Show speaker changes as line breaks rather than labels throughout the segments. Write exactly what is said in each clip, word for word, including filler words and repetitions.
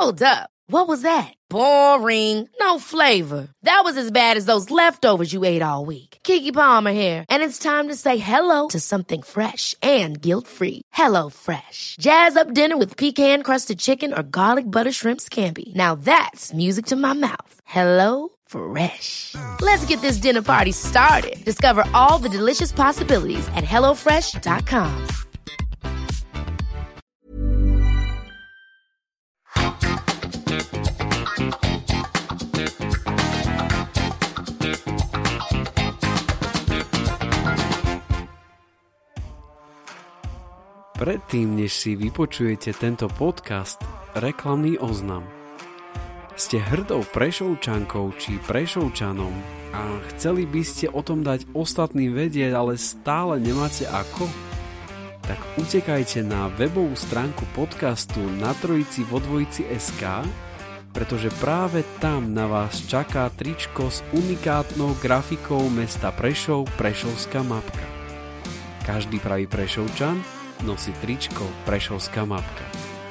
Hold up. What was that? Boring. No flavor. That was as bad as those leftovers you ate all week. Keke Palmer here, and it's time to say hello to something fresh and guilt-free. Hello Fresh. Jazz up dinner with pecan-crusted chicken or garlic butter shrimp scampi. Now that's music to my mouth. Hello Fresh. Let's get this dinner party started. Discover all the delicious possibilities at hello fresh dot com.
Predtým, než si vypočujete tento podcast, reklamný oznam. Ste hrdou Prešovčankou či Prešovčanom a chceli by ste o tom dať ostatným vedieť, ale stále nemáte ako? Tak utekajte na webovú stránku podcastu na trojici vo dvojici bodka es ká, pretože práve tam na vás čaká tričko s unikátnou grafikou mesta Prešov, Prešovská mapka. Každý pravý Prešovčan nosí tričko Prešovská mapka.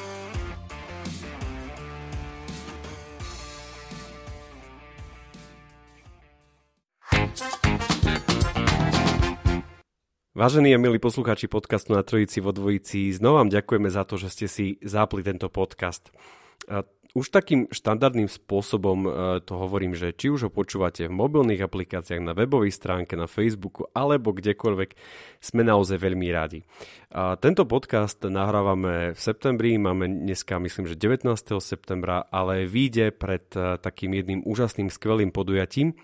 Vážení a milí poslucháči podcastu na trojici vo dvojici, znova vám ďakujeme za to, že ste si zapli tento podcast. Už takým štandardným spôsobom to hovorím, že či už ho počúvate v mobilných aplikáciách, na webovej stránke, na Facebooku alebo kdekoľvek, sme naozaj veľmi radi. A tento podcast nahrávame v septembri, máme dneska myslím, že devätnásteho septembra, ale vyjde pred takým jedným úžasným, skvelým podujatím,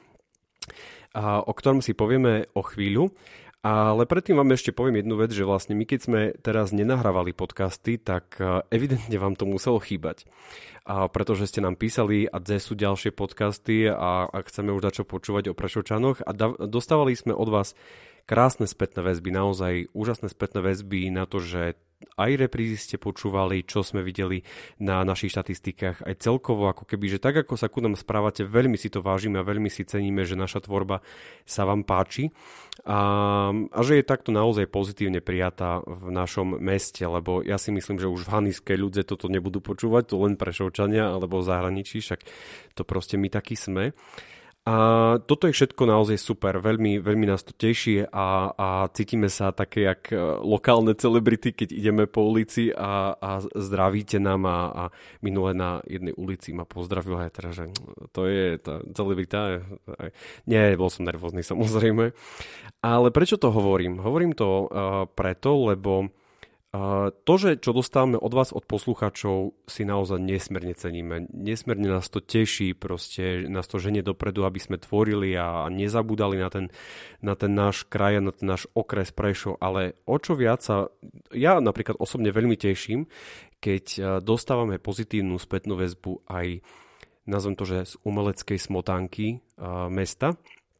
o ktorom si povieme o chvíľu. Ale predtým vám ešte poviem jednu vec, že vlastne my keď sme teraz nenahrávali podcasty, tak evidentne vám to muselo chýbať. A pretože ste nám písali a dnes sú ďalšie podcasty a, a chceme už dačo počúvať o Prešovčanoch a da, dostávali sme od vás krásne spätné väzby, naozaj úžasné spätné väzby na to, že aj reprízy ste počúvali, čo sme videli na našich štatistikách, aj celkovo, ako keby, že tak ako sa ku nám správate, veľmi si to vážime a veľmi si ceníme, že naša tvorba sa vám páči a, a že je takto naozaj pozitívne prijatá v našom meste, lebo ja si myslím, že už v Haniskej ľudze toto nebudú počúvať, to len Prešovčania alebo v zahraničí, však to proste my takí sme. A toto je všetko naozaj super, veľmi, veľmi nás to teší a, a cítime sa také jak lokálne celebrity, keď ideme po ulici a, a zdravíte nám a, a minule na jednej ulici ma pozdravil aj teraz, že to je tá celebrita. Nie, bol som nervózny samozrejme. Ale prečo to hovorím? Hovorím to uh, preto, lebo Uh, to, že čo dostávame od vás, od poslucháčov, si naozaj nesmierne ceníme. Nesmierne nás to teší, proste nás to ženie dopredu, aby sme tvorili a nezabúdali na ten, na ten náš kraj, na ten náš okres Prešov. Ale o čo viac sa, ja napríklad osobne veľmi teším, keď dostávame pozitívnu spätnú väzbu aj, nazvem to, že z umeleckej smotánky uh, mesta.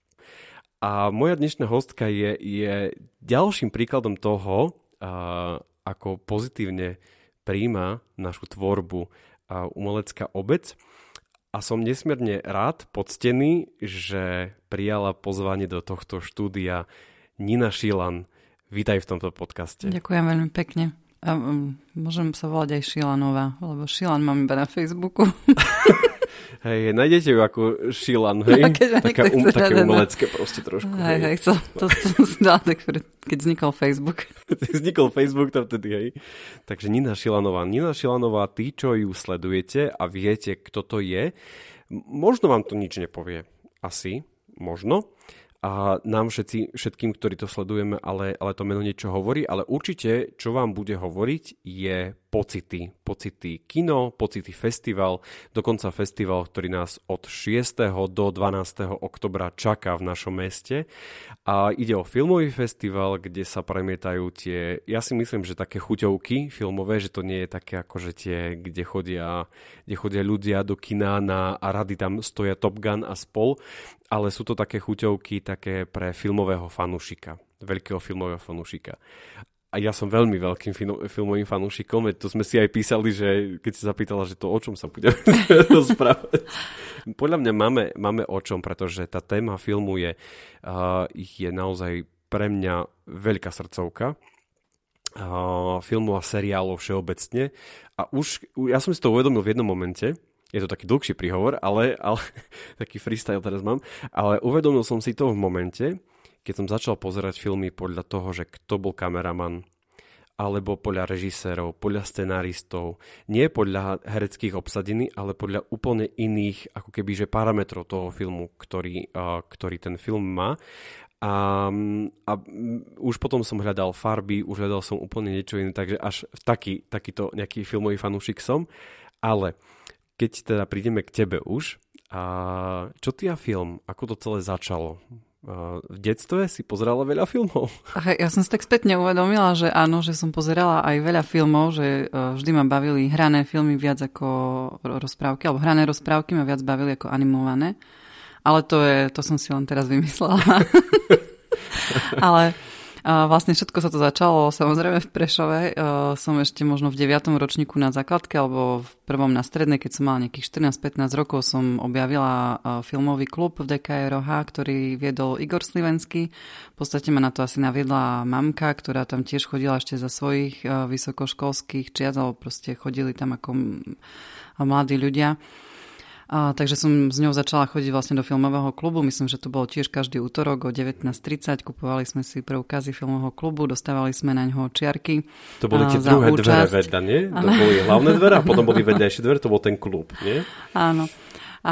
A moja dnešná hostka je, je ďalším príkladom toho, uh, ako pozitívne prijíma našu tvorbu a umelecká obec. A som nesmierne rád, poctený, že prijala pozvanie do tohto štúdia Nina Šilan. Vítaj v tomto podcaste.
Ďakujem veľmi pekne. A môžem sa volať aj Šilanová, lebo Šilan mám iba na Facebooku.
Hej, nájdete ju ako Šilan, hej? Taká um, také umelecké proste trošku.
Hej, hej, to, to, to som si dala tak, keď vznikol Facebook.
Vznikol Facebook tam vtedy, hej. Takže Nina Šilanová. Nina Šilanová, tí, čo ju sledujete a viete, kto to je, možno vám to nič nepovie. Asi, možno. A nám všetci, všetkým, ktorí to sledujeme, ale, ale to meno niečo hovorí, ale určite, čo vám bude hovoriť, je pocity. Pocity kino, pocity festival, dokonca festival, ktorý nás od šiesteho do dvanásteho oktobra čaká v našom meste. A ide o filmový festival, kde sa premietajú tie, ja si myslím, že také chuťovky filmové, že to nie je také ako, že tie, kde chodia, kde chodia ľudia do kina na, a rady tam stoja Top Gun a spol, ale sú to také chuťovky, také pre filmového fanúšika, veľkého filmového fanúšika. A ja som veľmi veľkým film, filmovým fanúšikom, to sme si aj písali, že keď si zapýtala, že to o čom sa budeme rozprávať. Podľa mňa máme, máme o čom, pretože tá téma filmu je, uh, je naozaj pre mňa veľká srdcovka. uh, filmov a seriálov všeobecne. A už, ja som si to uvedomil v jednom momente, je to taký dlhší príhovor, ale, ale taký freestyle teraz mám, ale uvedomil som si to v momente, keď som začal pozerať filmy podľa toho, že kto bol kameraman, alebo podľa režisérov, podľa scenáristov, nie podľa hereckých obsadení, ale podľa úplne iných, ako keby, že parametrov toho filmu, ktorý, uh, ktorý ten film má. A, a už potom som hľadal farby, už hľadal som úplne niečo iné, takže až taký, takýto nejaký filmový fanúšik som. Ale keď teda prídeme k tebe už, a čo ty a film, ako to celé začalo? V detstve si pozerala veľa filmov?
Ja som si tak spätne uvedomila, že áno, že som pozerala aj veľa filmov, že vždy ma bavili hrané filmy viac ako rozprávky, alebo hrané rozprávky ma viac bavili ako animované. Ale to je, to som si len teraz vymyslela. Ale vlastne všetko sa to začalo, samozrejme v Prešove. Som ešte možno v deviatom ročníku na základke, alebo v prvom na strednej, keď som mala nejakých štrnásť pätnásť rokov, som objavila filmový klub v dé ká er ó há, ktorý viedol Igor Slivenský. V podstate ma na to asi naviedla mamka, ktorá tam tiež chodila ešte za svojich vysokoškolských čias, alebo proste chodili tam ako mladí ľudia. A, takže som s ňou začala chodiť vlastne do filmového klubu. Myslím, že to bolo tiež každý útorok o devätnásť tridsať. Kupovali sme si preukazy filmového klubu, dostávali sme na ňoho čiarky.
To boli tie druhé dvere vedľa, nie? To boli hlavné dvere a potom boli vedľajšie dvere, to bol ten klub, nie?
Áno. A,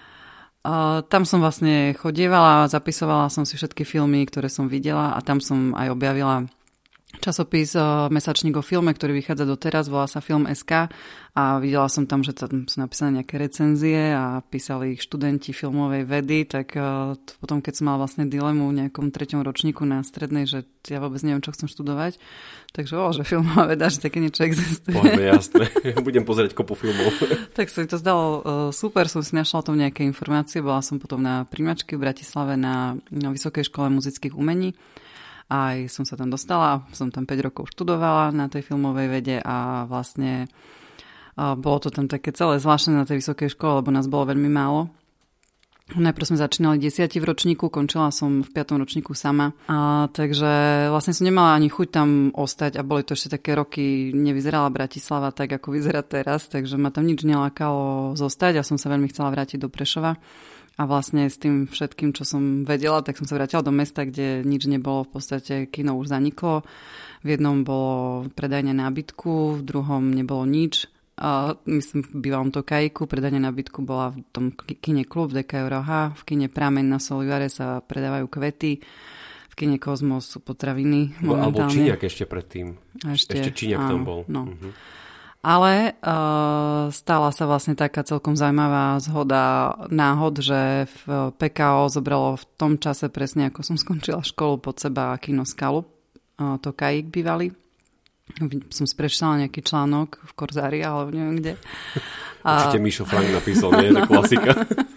a tam som vlastne chodievala, zapisovala som si všetky filmy, ktoré som videla a tam som aj objavila časopis Mesačník o filme, ktorý vychádza doteraz, volá sa Film bodka es ká a videla som tam, že tam sú napísané nejaké recenzie a písali ich študenti filmovej vedy, tak to potom, keď som mala vlastne dilemu v nejakom treťom ročníku na strednej, že ja vôbec neviem, čo chcem študovať, takže o, že filmová veda, že také niečo existuje.
Poďme, jasné. Budem pozerať kopu filmov.
Tak sa mi to zdalo super, som si našla o tom nejaké informácie, bola som potom na príjmačke v Bratislave na, na Vysokej škole muzických umení. Aj som sa tam dostala, som tam päť rokov študovala na tej filmovej vede a vlastne bolo to tam také celé zvláštne na tej vysokej škole, lebo nás bolo veľmi málo. Najprv sme začínali desiati v ročníku, končila som v piatom ročníku sama. A, takže vlastne som nemala ani chuť tam ostať a boli to ešte také roky, nevyzerala Bratislava tak, ako vyzerá teraz, takže ma tam nič nelákalo zostať a som sa veľmi chcela vrátiť do Prešova. A vlastne s tým všetkým, čo som vedela, tak som sa vrátila do mesta, kde nič nebolo, v podstate kino už zaniklo. V jednom bolo predajne nábytku, v druhom nebolo nič. A myslím, v bývalom Tokajku predajne nábytku bola v tom kine Klub dé ká er ó há, v kine Prameň na Soliare sa predávajú kvety, v kine Kozmos sú potraviny momentálne.
Alebo Číňak ešte predtým. Ešte, ešte Číňak tam bol.
No.
Uh-huh.
Ale uh, stala sa vlastne taká celkom zaujímavá zhoda náhod, že v pé ká ó zobralo v tom čase presne, ako som skončila školu, pod seba kino Skalu, uh, to Kajík bývalý. Som si prečítala nejaký článok v Korzári, alebo neviem kde.
A... Určite Mišo Frank napísal, nie? To klasika.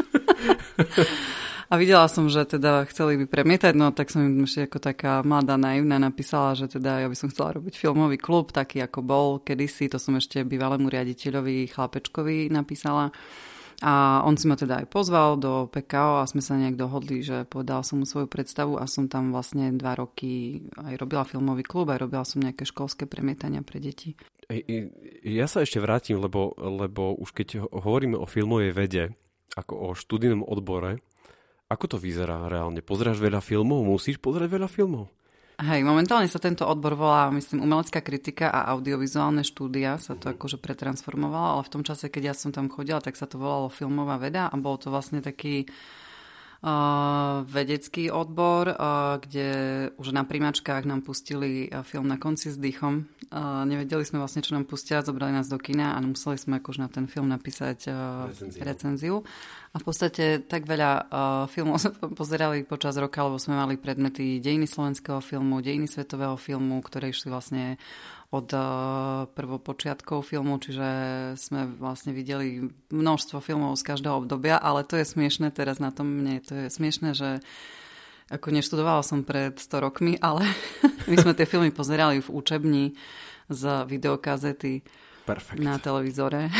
A videla som, že teda chceli by premietať, no tak som im ešte ako taká mladá naivná napísala, že teda ja by som chcela robiť filmový klub, taký ako bol kedysi, to som ešte bývalému riaditeľovi Chlapečkovi napísala. A on si ma teda aj pozval do pé ká ó a sme sa nejak dohodli, že povedala som mu svoju predstavu a som tam vlastne dva roky aj robila filmový klub, aj robila som nejaké školské premietania pre deti.
Ja sa ešte vrátim, lebo, lebo už keď hovoríme o filmovej vede, ako o študijnom odbore, ako to vyzerá reálne? Pozeráš veľa filmov? Musíš pozerať veľa filmov?
Hej, momentálne sa tento odbor volá, myslím, umelecká kritika a audiovizuálne štúdia, sa to akože pretransformovalo, ale v tom čase, keď ja som tam chodila, tak sa to volalo filmová veda a bol to vlastne taký uh, vedecký odbor, uh, kde už na príjmačkách nám pustili uh, film Na konci s dýchom. Uh, nevedeli sme vlastne, čo nám pustia, zobrali nás do kina a museli sme akože na ten film napísať uh, recenziu. recenziu. A v podstate tak veľa uh, filmov sme pozerali počas roka, lebo sme mali predmety dejiny slovenského filmu, dejiny svetového filmu, ktoré išli vlastne od uh, prvopočiatkov filmu, čiže sme vlastne videli množstvo filmov z každého obdobia, ale to je smiešné teraz na tom mne. To je smiešné, že ako neštudovala som pred sto rokmi, ale my sme tie filmy pozerali v učebni z videokazety
Perfect.
Na televízore.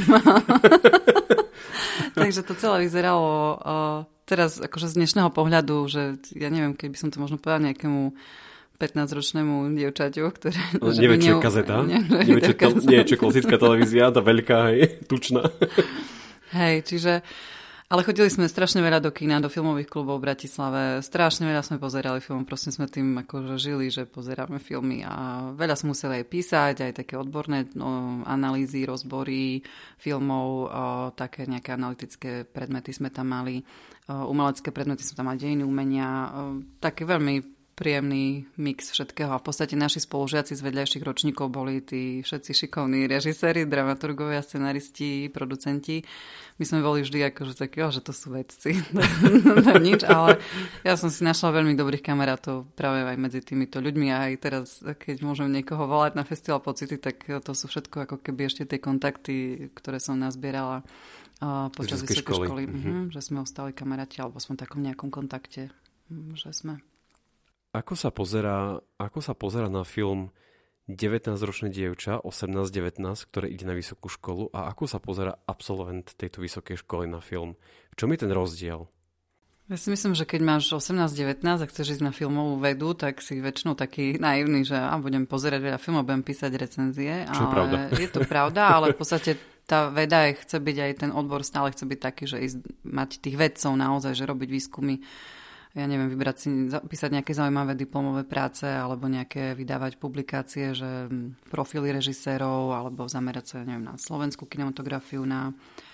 Takže to celé vyzeralo uh, teraz akože z dnešného pohľadu, že ja neviem, keď by som to možno povedala nejakému pätnásťročnému dievčaťu, ktoré...
No, nevie, čo je kazeta. Nie, nevie, čo, tel, nie, čo klasická televízia, tá veľká, hej, tučná.
Hej, čiže... Ale chodili sme strašne veľa do kína, do filmových klubov v Bratislave. Strašne veľa sme pozerali film, proste sme tým akože žili, že pozeráme filmy a veľa sme museli aj písať, aj také odborné no, analýzy, rozbory filmov, o, také nejaké analytické predmety sme tam mali, o, umelecké predmety sme tam mali, dejiny umenia, o, také veľmi príjemný mix všetkého. A v podstate naši spolužiaci z vedľajších ročníkov boli tí všetci šikovní režiséri, dramaturgovia, scenaristi, producenti. My sme boli vždy akože takí, že to sú vedci. To nič, ale ja som si našla veľmi dobrých kamarátov práve aj medzi týmito ľuďmi a aj teraz, keď môžem niekoho volať na festival Pocity, tak to sú všetko ako keby ešte tie kontakty, ktoré som nazbierala počas vysokej školy. školy. Mm-hmm. Že sme ostali kamaráti, alebo sme v takom nejakom kontakte, že sme...
Ako sa pozerá, ako sa pozerá na film devätnásťročné dievča, osemnásť devätnásť, ktoré ide na vysokú školu a ako sa pozerá absolvent tejto vysokej školy na film? V čom je ten rozdiel?
Ja si myslím, že keď máš osemnásť devätnásť a chceš ísť na filmovú vedu, tak si väčšinou taký naivný, že a budem pozerať veľa filmov, budem písať recenzie.
Čo je pravda.
Je to pravda, ale v podstate tá veda je, chce byť aj ten odbor stále chce byť taký, že ísť, mať tých vedcov naozaj, že robiť výskumy. Ja neviem, vybrať si, písať nejaké zaujímavé diplomové práce alebo nejaké vydávať publikácie, že profily režisérov alebo zamerať sa, neviem, na slovenskú kinematografiu, na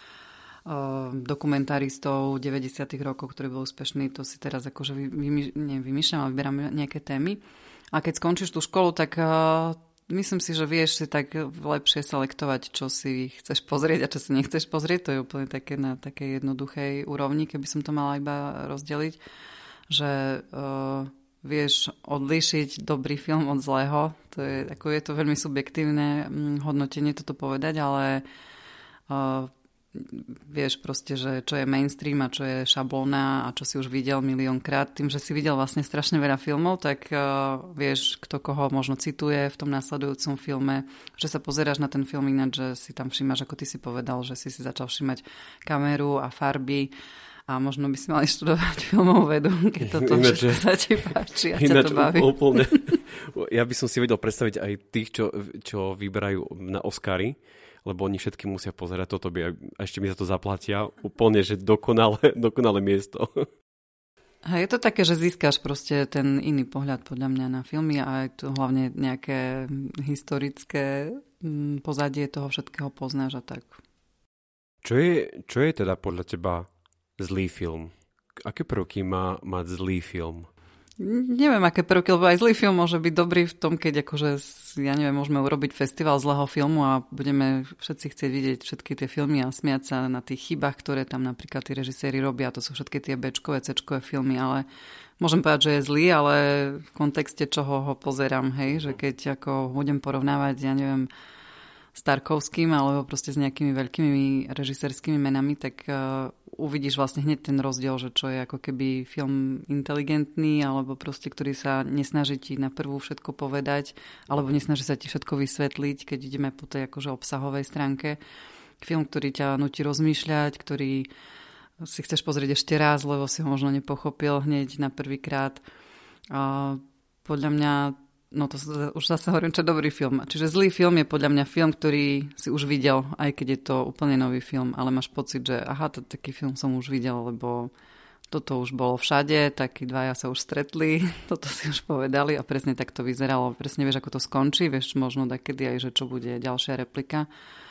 uh, dokumentaristov deväťdesiatych rokov, ktorí boli úspešní. To si teraz akože vymýš- nie, vymýšľam a vyberám nejaké témy. A keď skončíš tú školu, tak uh, myslím si, že vieš si tak lepšie selektovať, čo si chceš pozrieť a čo si nechceš pozrieť. To je úplne také na takej jednoduchej úrovni, keby som to mala iba rozdeliť. Že uh, vieš odlíšiť dobrý film od zlého. To je, ako je to veľmi subjektívne hm, hodnotenie toto povedať, ale uh, vieš proste, že čo je mainstream a čo je šablóna a čo si už videl miliónkrát. Tým, že si videl vlastne strašne veľa filmov, tak uh, vieš, kto koho možno cituje v tom nasledujúcom filme, že sa pozeráš na ten film ináč, že si tam všimáš, ako ty si povedal, že si si začal všimať kameru a farby. A možno by si mali študovať filmovú vedu, keď toto ináč, všetko sa ti páči a ťa to baví.
Úplne. Ja by som si vedel predstaviť aj tých, čo, čo vyberajú na Oscary, lebo oni všetky musia pozerať toto by, a ešte mi za to zaplatia. Úplne, že dokonalé, dokonalé miesto.
A je to také, že získaš proste ten iný pohľad podľa mňa na filmy a aj to hlavne nejaké historické pozadie toho všetkého poznáš a tak.
Čo je, čo je teda podľa teba zlý film? Aké prvky má mať zlý film?
Neviem, aké prvky, lebo aj zlý film môže byť dobrý v tom, keď akože, ja neviem, môžeme urobiť festival zlého filmu a budeme všetci chcieť vidieť všetky tie filmy a smiať sa na tých chybách, ktoré tam napríklad tí režiséri robia. To sú všetky tie béčkové, céčkové filmy, ale môžem povedať, že je zlý, ale v kontexte čoho ho pozerám, hej, že keď ako budem porovnávať, ja neviem, s Tarkovským alebo proste s nejakými veľkými režisérskými menami, tak uh, uvidíš vlastne hneď ten rozdiel, že čo je ako keby film inteligentný alebo proste, ktorý sa nesnaží ti na prvú všetko povedať alebo nesnaží sa ti všetko vysvetliť, keď ideme po tej akože obsahovej stránke. Film, ktorý ťa nutí rozmýšľať, ktorý si chceš pozrieť ešte raz, lebo si ho možno nepochopil hneď na prvýkrát. Uh, podľa mňa no to už zase hovorím, čo je dobrý film. Čiže zlý film je podľa mňa film, ktorý si už videl, aj keď je to úplne nový film, ale máš pocit, že aha, to, taký film som už videl, lebo toto už bolo všade, takí dvaja sa už stretli, toto si už povedali a presne tak to vyzeralo. Presne vieš, ako to skončí, vieš možno takedy aj, že čo bude ďalšia replika.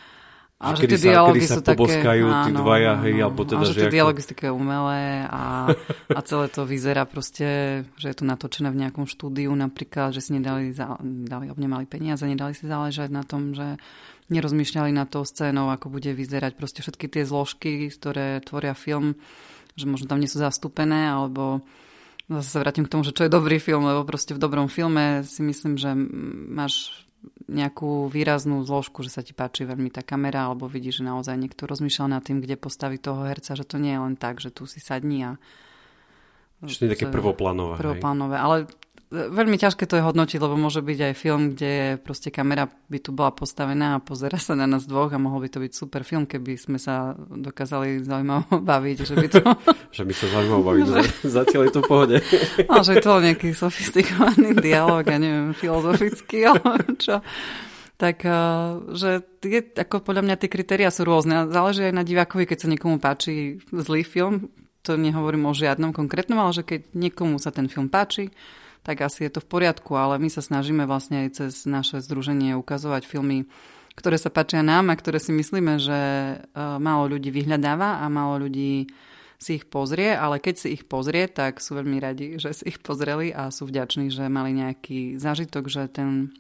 A že, že tie dialógy sú také...
poboskajú tí dvaja, hej, alebo teda,
že,
že
tie
ako...
dialógy sú také umelé a, a celé to vyzerá proste, že je to natočené v nejakom štúdiu napríklad, že si nedali, dali, nemali peniaze, nedali si záležať na tom, že nerozmýšľali na to scénou, ako bude vyzerať proste všetky tie zložky, ktoré tvoria film, že možno tam nie sú zastúpené, alebo zase sa vrátim k tomu, že čo je dobrý film, lebo proste v dobrom filme si myslím, že máš nejakú výraznú zložku, že sa ti páči veľmi tá kamera, alebo vidíš, že naozaj niekto rozmýšľal nad tým, kde postaví toho herca, že to nie je len tak, že tu si sadni a...
Že to je také prvoplánové.
Prvoplánové, ale veľmi ťažké to je hodnotiť, lebo môže byť aj film, kde proste kamera by tu bola postavená a pozera sa na nás dvoch a mohol by to byť super film, keby sme sa dokázali zaujímavo baviť. Že, by to...
že my sa zaujímavo bavíme, zatiaľ je to v pohode.
No, že to je nejaký sofistikovaný dialog, ja neviem, filozofický, alebo čo. Tak, že je, ako podľa mňa tie kritériá sú rôzne. Záleží aj na divákovi, keď sa niekomu páči zlý film. To nehovorím o žiadnom konkrétnom, ale že keď niekomu sa ten film páči, tak asi je to v poriadku. Ale my sa snažíme vlastne aj cez naše združenie ukazovať filmy, ktoré sa páčia nám a ktoré si myslíme, že málo ľudí vyhľadáva a málo ľudí si ich pozrie. Ale keď si ich pozrie, tak sú veľmi radi, že si ich pozreli a sú vďační, že mali nejaký zážitok, že ten...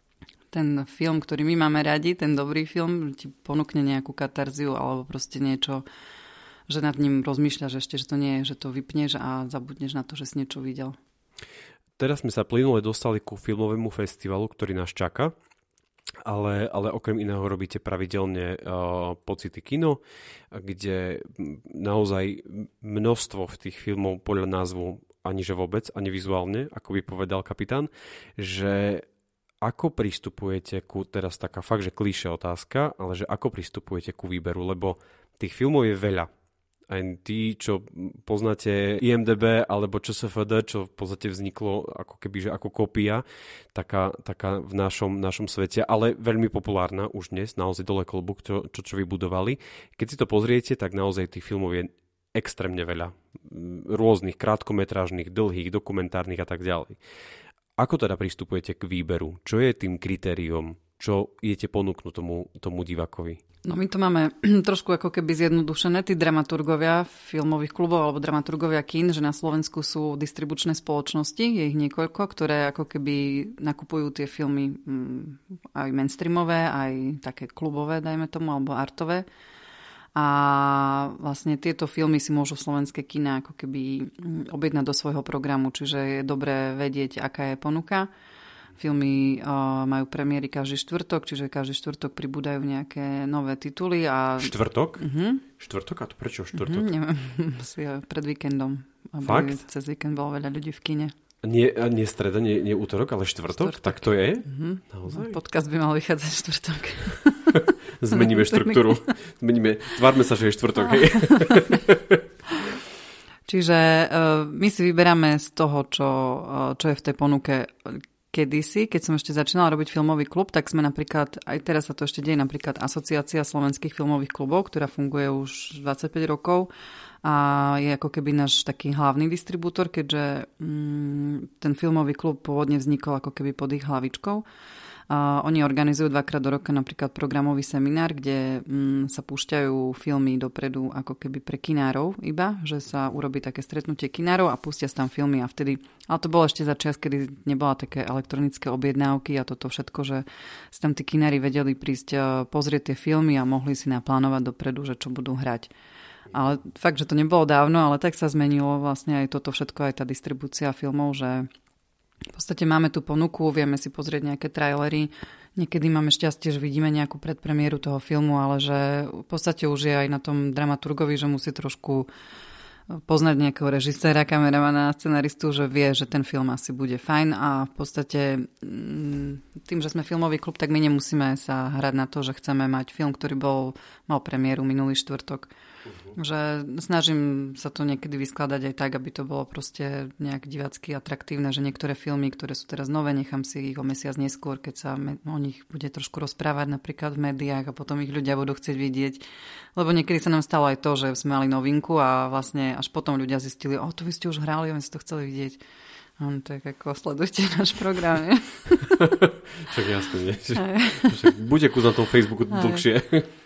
ten film, ktorý my máme radi, ten dobrý film, ti ponúkne nejakú katarziu alebo proste niečo, že nad ním rozmýšľaš ešte, že to nie je, že to vypneš a zabudneš na to, že si niečo videl.
Teraz sme sa plynule dostali ku filmovému festivalu, ktorý nás čaká, ale, ale okrem iného robíte pravidelne uh, Pocity kino, kde naozaj množstvo v tých filmov podľa názvu aniže vôbec, ani vizuálne, ako by povedal kapitán, že ako pristupujete ku, teraz taká fakt, že klíše otázka, ale že ako pristupujete ku výberu, lebo tých filmov je veľa. Aj tí, čo poznáte í em dé bé alebo čo es ef dé, čo v podstate vzniklo ako keby, že ako kópia, taká, taká v našom, našom svete, ale veľmi populárna už dnes, naozaj dole klobúk, čo, čo, čo vybudovali. Keď si to pozriete, tak naozaj tých filmov je extrémne veľa. Rôznych, krátkometrážnych, dlhých, dokumentárnych a tak ďalej. Ako teda pristupujete k výberu? Čo je tým kritériom? Čo idete ponúknuť tomu, tomu divákovi?
No my to máme trošku ako keby zjednodušené. Tí dramaturgovia filmových klubov alebo dramaturgovia kín, že na Slovensku sú distribučné spoločnosti, je ich niekoľko, ktoré ako keby nakupujú tie filmy aj mainstreamové, aj také klubové, dajme tomu, alebo artové. A vlastne tieto filmy si môžu slovenské kina ako keby objednať do svojho programu, čiže je dobré vedieť, aká je ponuka. Filmy uh, majú premiéry každý štvrtok, čiže každý štvrtok pribúdajú nejaké nové tituly. A...
Štvrtok?
Uh-huh.
Štvrtok? A to prečo štvrtok?
Uh-huh, neviem, si pred víkendom.
Fakt?
Cez víkend bolo veľa ľudí v kine.
Nie, nie streda, nie, nie útorok, ale štvrtok? štvrtok. Tak to je?
Uh-huh. Naozaj? Podcast by mal vychádzať štvrtok.
Zmeníme štruktúru. Zmeníme, tvárme sa, že je štvrtok. Hej.
Čiže uh, my si vyberáme z toho, čo, uh, čo je v tej ponuke. Kedysi, keď som ešte začínala robiť filmový klub, tak sme napríklad, aj teraz sa to ešte deje, napríklad Asociácia slovenských filmových klubov, ktorá funguje už dvadsaťpäť rokov a je ako keby náš taký hlavný distribútor, keďže mm, ten filmový klub pôvodne vznikol ako keby pod ich hlavičkou. Uh, oni organizujú dvakrát do roka napríklad programový seminár, kde um, sa púšťajú filmy dopredu ako keby pre kinárov iba, že sa urobí také stretnutie kinárov a pustia sa tam filmy a vtedy, ale to bolo ešte za čas, kedy nebola také elektronické objednávky a toto všetko, že si tam tí kinári vedeli prísť uh, pozrieť tie filmy a mohli si naplánovať dopredu, že čo budú hrať. Ale fakt, že to nebolo dávno, ale tak sa zmenilo vlastne aj toto všetko, aj tá distribúcia filmov, že v podstate máme tú ponuku, vieme si pozrieť nejaké trailery. Niekedy máme šťastie, že vidíme nejakú predpremiéru toho filmu, ale že v podstate už je aj na tom dramaturgovi, že musí trošku poznať nejakého režiséra, kameramana, scenaristu, že vie, že ten film asi bude fajn a v podstate tým, že sme filmový klub, tak my nemusíme sa hrať na to, že chceme mať film, ktorý bol, mal premiéru minulý štvrtok. Uh-huh. Že snažím sa to niekedy vyskladať aj tak, aby to bolo proste nejak divácky atraktívne, že niektoré filmy, ktoré sú teraz nové, nechám si ich o mesiac neskôr, keď sa o nich bude trošku rozprávať napríklad v médiách a potom ich ľudia budú chcieť vidieť. Lebo niekedy sa nám stalo aj to, že sme mali novinku a vlastne až potom ľudia zistili, o, to vy ste už hrali, oni si to chceli vidieť. Um, tak ako sledujte náš program, nie?
Však jasne, nie? Však bude kus na tom Facebooku dlhšie.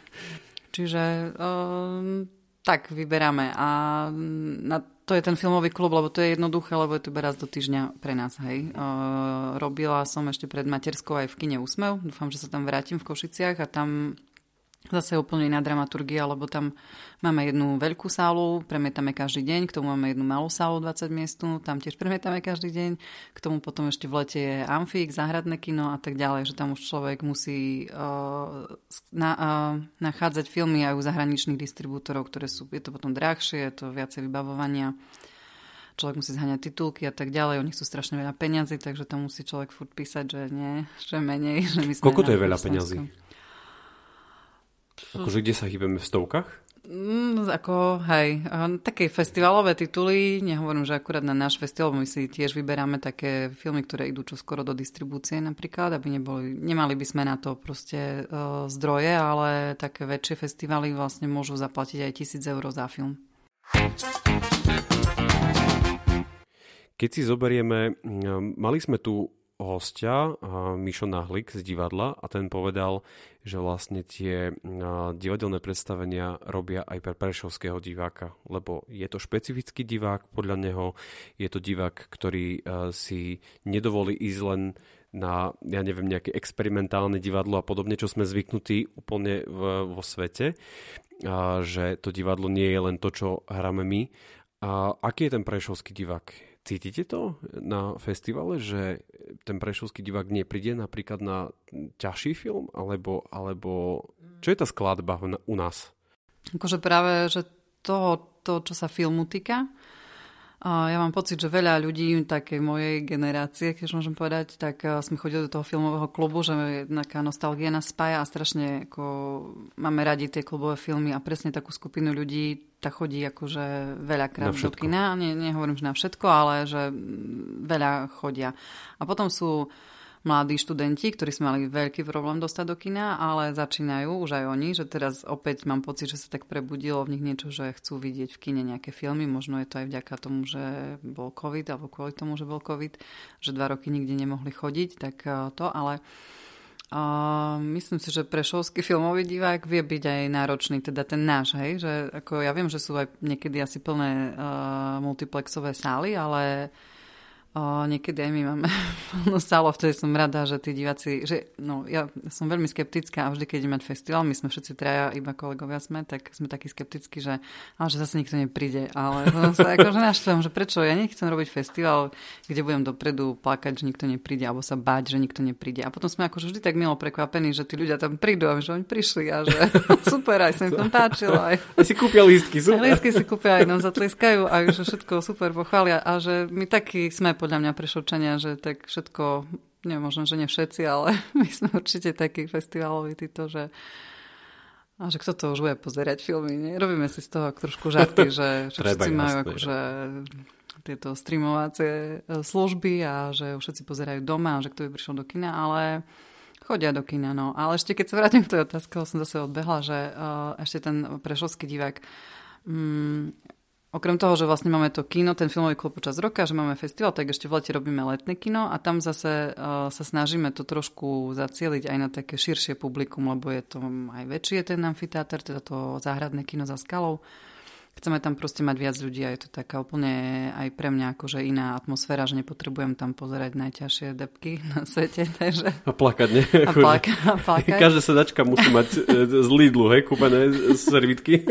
Čiže um, tak vyberáme. A na, to je ten filmový klub, lebo to je jednoduché, lebo je to raz do týždňa pre nás. Hej. Uh, robila som ešte pred materskou aj v kine Úsmev. Dúfam, že sa tam vrátim v Košiciach a tam zase úplne iná dramaturgia, lebo tam máme jednu veľkú sálu, premietame každý deň, k tomu máme jednu malú sálu dvadsať miestnú, tam tiež premietame každý deň, k tomu potom ešte v lete je amfík, záhradné kino a tak ďalej, že tam už človek musí uh, na, uh, nachádzať filmy aj u zahraničných distribútorov, ktoré sú, je to potom drahšie, je to viacej vybavovania. človek musí zháňať titulky a tak ďalej. Oni chcú strašne veľa peňazí, takže tam musí človek furt písať, že nie, že menej. Že my sme
Koľko to je veľa peňazí? Akože kde sa hýbeme v stovkách?
Mm, ako, hej, také festivalové tituly, nehovorím, že akurát na náš festival, my si tiež vyberáme také filmy, ktoré idú čo skoro do distribúcie napríklad, aby neboli, nemali by sme na to proste uh, zdroje, ale také väčšie festivaly vlastne môžu zaplatiť aj tisíc eur za film.
Keď si zoberieme, mali sme tu hostia, Mišo Nahlik z divadla, a ten povedal, že vlastne tie divadelné predstavenia robia aj pre prešovského diváka, lebo je to špecifický divák, podľa neho je to divák, ktorý si nedovolí ísť len na, ja neviem, nejaké experimentálne divadlo a podobne, čo sme zvyknutí úplne v, vo svete, a že to divadlo nie je len to, čo hráme my. A aký je ten prešovský divák? Cítite to na festivale, že ten prešovský divák nepríde napríklad na ťažší film? Alebo, alebo čo je tá skladba u nás?
Akože práve, že to, to čo sa filmu týka, ja mám pocit, že veľa ľudí takej mojej generácie, keď môžem povedať, tak sme chodili do toho filmového klubu, že taká nostalgia nás spája a strašne ako máme radi tie klubové filmy a presne takú skupinu ľudí tak chodí akože veľakrát do kina. Ne, nehovorím, že na všetko, ale že veľa chodia. A potom sú mladí študenti, ktorí sme mali veľký problém dostať do kina, ale začínajú už aj oni, že teraz opäť mám pocit, že sa tak prebudilo v nich niečo, že chcú vidieť v kine nejaké filmy. Možno je to aj vďaka tomu, že bol COVID, alebo kvôli tomu, že bol COVID, že dva roky nikde nemohli chodiť, tak to, ale Uh, myslím si, že prešovský filmový divák vie byť aj náročný, teda ten náš, hej, že ako ja viem, že sú aj niekedy asi plné uh, multiplexové sály, ale uh, niekedy aj my máme plnú sálu, vtedy som rada, že tí diváci, že no, ja som veľmi skeptická a vždy, keď idem mať festival, my sme všetci traja, iba kolegovia sme, tak sme takí skeptickí, že, ale že zase nikto nepríde, ale sa akože naštvam, že prečo ja nechcem robiť festival, kde budem dopredu plakať, že nikto nepríde, alebo sa báť, že nikto nepríde. A potom sme akože vždy tak milo prekvapení, že tí ľudia tam prídu a že oni prišli a že super, aj sa im tam páčilo. Aj,
a si kúpia lístky, super.
Lístky si kúpia, aj nám zatleskajú a že všetko super pochvália a že my takí sme podľa mňa Prešovčania, že tak všetko, neviem, možno, že nie všetci, ale my sme určite takí festivaloví títo, že a že kto to už bude pozerať filmy, nie? Robíme si z toho trošku žarty, že, že všetci majú akože tieto streamovacie služby a že všetci pozerajú doma a že kto by prišiel do kina, ale chodia do kina, no. Ale ešte keď sa vrátim k tej otázke, som zase odbehla, že uh, ešte ten prešovský divák um, okrem toho, že vlastne máme to kino, ten filmový klub počas roka, že máme festival, tak ešte v lete robíme letné kino a tam zase uh, sa snažíme to trošku zacieliť aj na také širšie publikum, lebo je to aj väčší je ten amfiteáter, teda to záhradné kino za skalou. Chceme tam proste mať viac ľudí a je to taká úplne aj pre mňa akože iná atmosféra, že nepotrebujem tam pozerať najťažšie debky na svete. Takže...
A plakať, nie?
A, plaka, a plakať.
Každá sedačka musí mať z Lidlu, hej, kúpené servitky.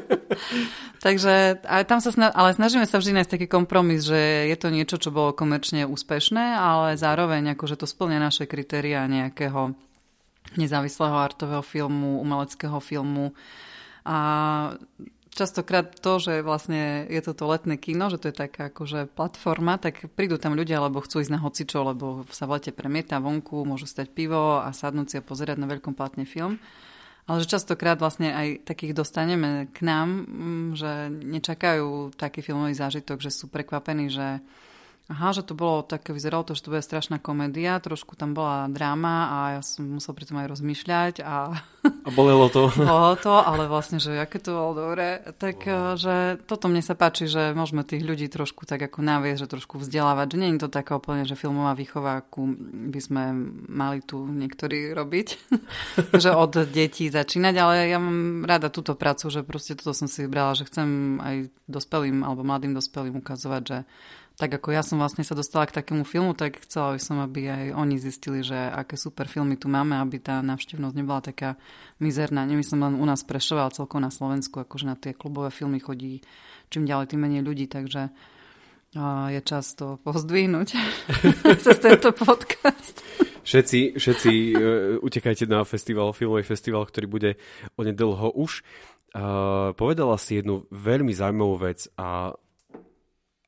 Takže, ale tam sa sna- ale snažíme sa vždy nájsť taký kompromis, že je to niečo, čo bolo komerčne úspešné, ale zároveň akože to spĺňa naše kritériá nejakého nezávislého artového filmu, umeleckého filmu. A častokrát to, že vlastne je toto letné kino, že to je taká akože platforma, tak prídu tam ľudia, lebo chcú ísť na hocičo, lebo sa v lete premieta vonku, môžu stať pivo a sadnúť si a pozerať na veľkom platne film. Ale že častokrát vlastne aj takých dostaneme k nám, že nečakajú taký filmový zážitok, že sú prekvapení, že aha, že to bolo také, vyzeralo to, že to bude strašná komédia, trošku tam bola dráma a ja som musel pri tom aj rozmýšľať a...
A bolelo to.
Bolelo to, ale vlastne, že aké to bolo dobre. Tak, wow. Že toto mne sa páči, že môžeme tých ľudí trošku tak ako naviesť, že trošku vzdelávať, že nie je to taká úplne, že filmová výchova, akú by sme mali tu niektorí robiť, že od detí začínať, ale ja mám rada túto prácu, že proste toto som si vybrala, že chcem aj dospelým alebo mladým dospelým ukazovať, že tak ako ja som vlastne sa dostala k takému filmu, tak chcela by som, aby aj oni zistili, že aké super filmy tu máme, aby tá návštevnosť nebola taká mizerná. Nemyslím len u nás Prešove, ale celkovo na Slovensku, akože na tie klubové filmy chodí čím ďalej, tým menej ľudí, takže je čas to pozdvihnúť cez tento podcast.
Všetci, všetci uh, utekajte na festival, filmový festival, ktorý bude onedlho už. Uh, povedala si jednu veľmi zaujímavú vec a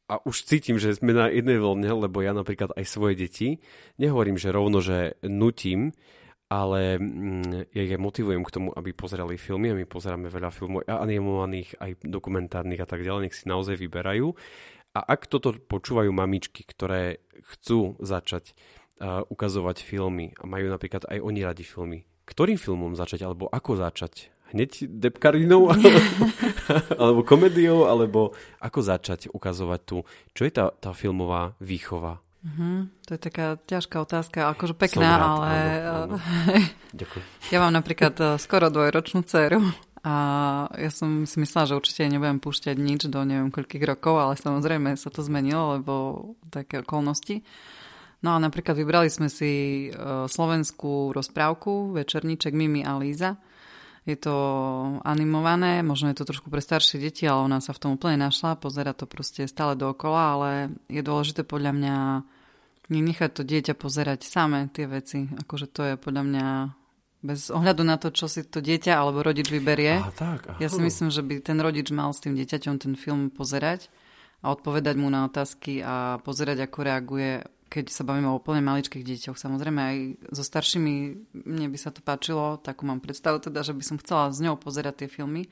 a už cítim, že sme na jednej vlne, lebo ja napríklad aj svoje deti, nehovorím, že rovno, že nutím, ale ja ich motivujem k tomu, aby pozerali filmy a my pozeráme veľa filmov animovaných, aj dokumentárnych a tak ďalej, nech si naozaj vyberajú. A ak toto počúvajú mamičky, ktoré chcú začať uh, ukazovať filmy a majú napríklad aj oni radi filmy, ktorým filmom začať alebo ako začať? Hneď depkarinou alebo, alebo komédiou, alebo ako začať ukazovať tu, čo je tá, tá filmová výchova?
Uh-huh. To je taká ťažká otázka, akože pekná, rád, ale...
Áno, áno. Ďakujem.
Ja mám napríklad skoro dvojročnú dceru a ja som si myslela, že určite nebudem púšťať nič do neviem koľkých rokov, ale samozrejme sa to zmenilo, lebo také okolnosti. No a napríklad vybrali sme si slovenskú rozprávku Večerníček Mimi a Líza. Je to animované, možno je to trošku pre staršie deti, ale ona sa v tom úplne našla, pozerá to proste stále dookola, ale je dôležité podľa mňa nechať to dieťa pozerať samé tie veci. Akože to je podľa mňa bez ohľadu na to, čo si to dieťa alebo rodič vyberie.
Aha, tak, aha.
Ja si myslím, že by ten rodič mal s tým dieťaťom ten film pozerať a odpovedať mu na otázky a pozerať, ako reaguje, keď sa bavíme o úplne maličkých deťoch. Samozrejme aj so staršími mne by sa to páčilo, takú mám predstavu teda, že by som chcela s ňou pozerať tie filmy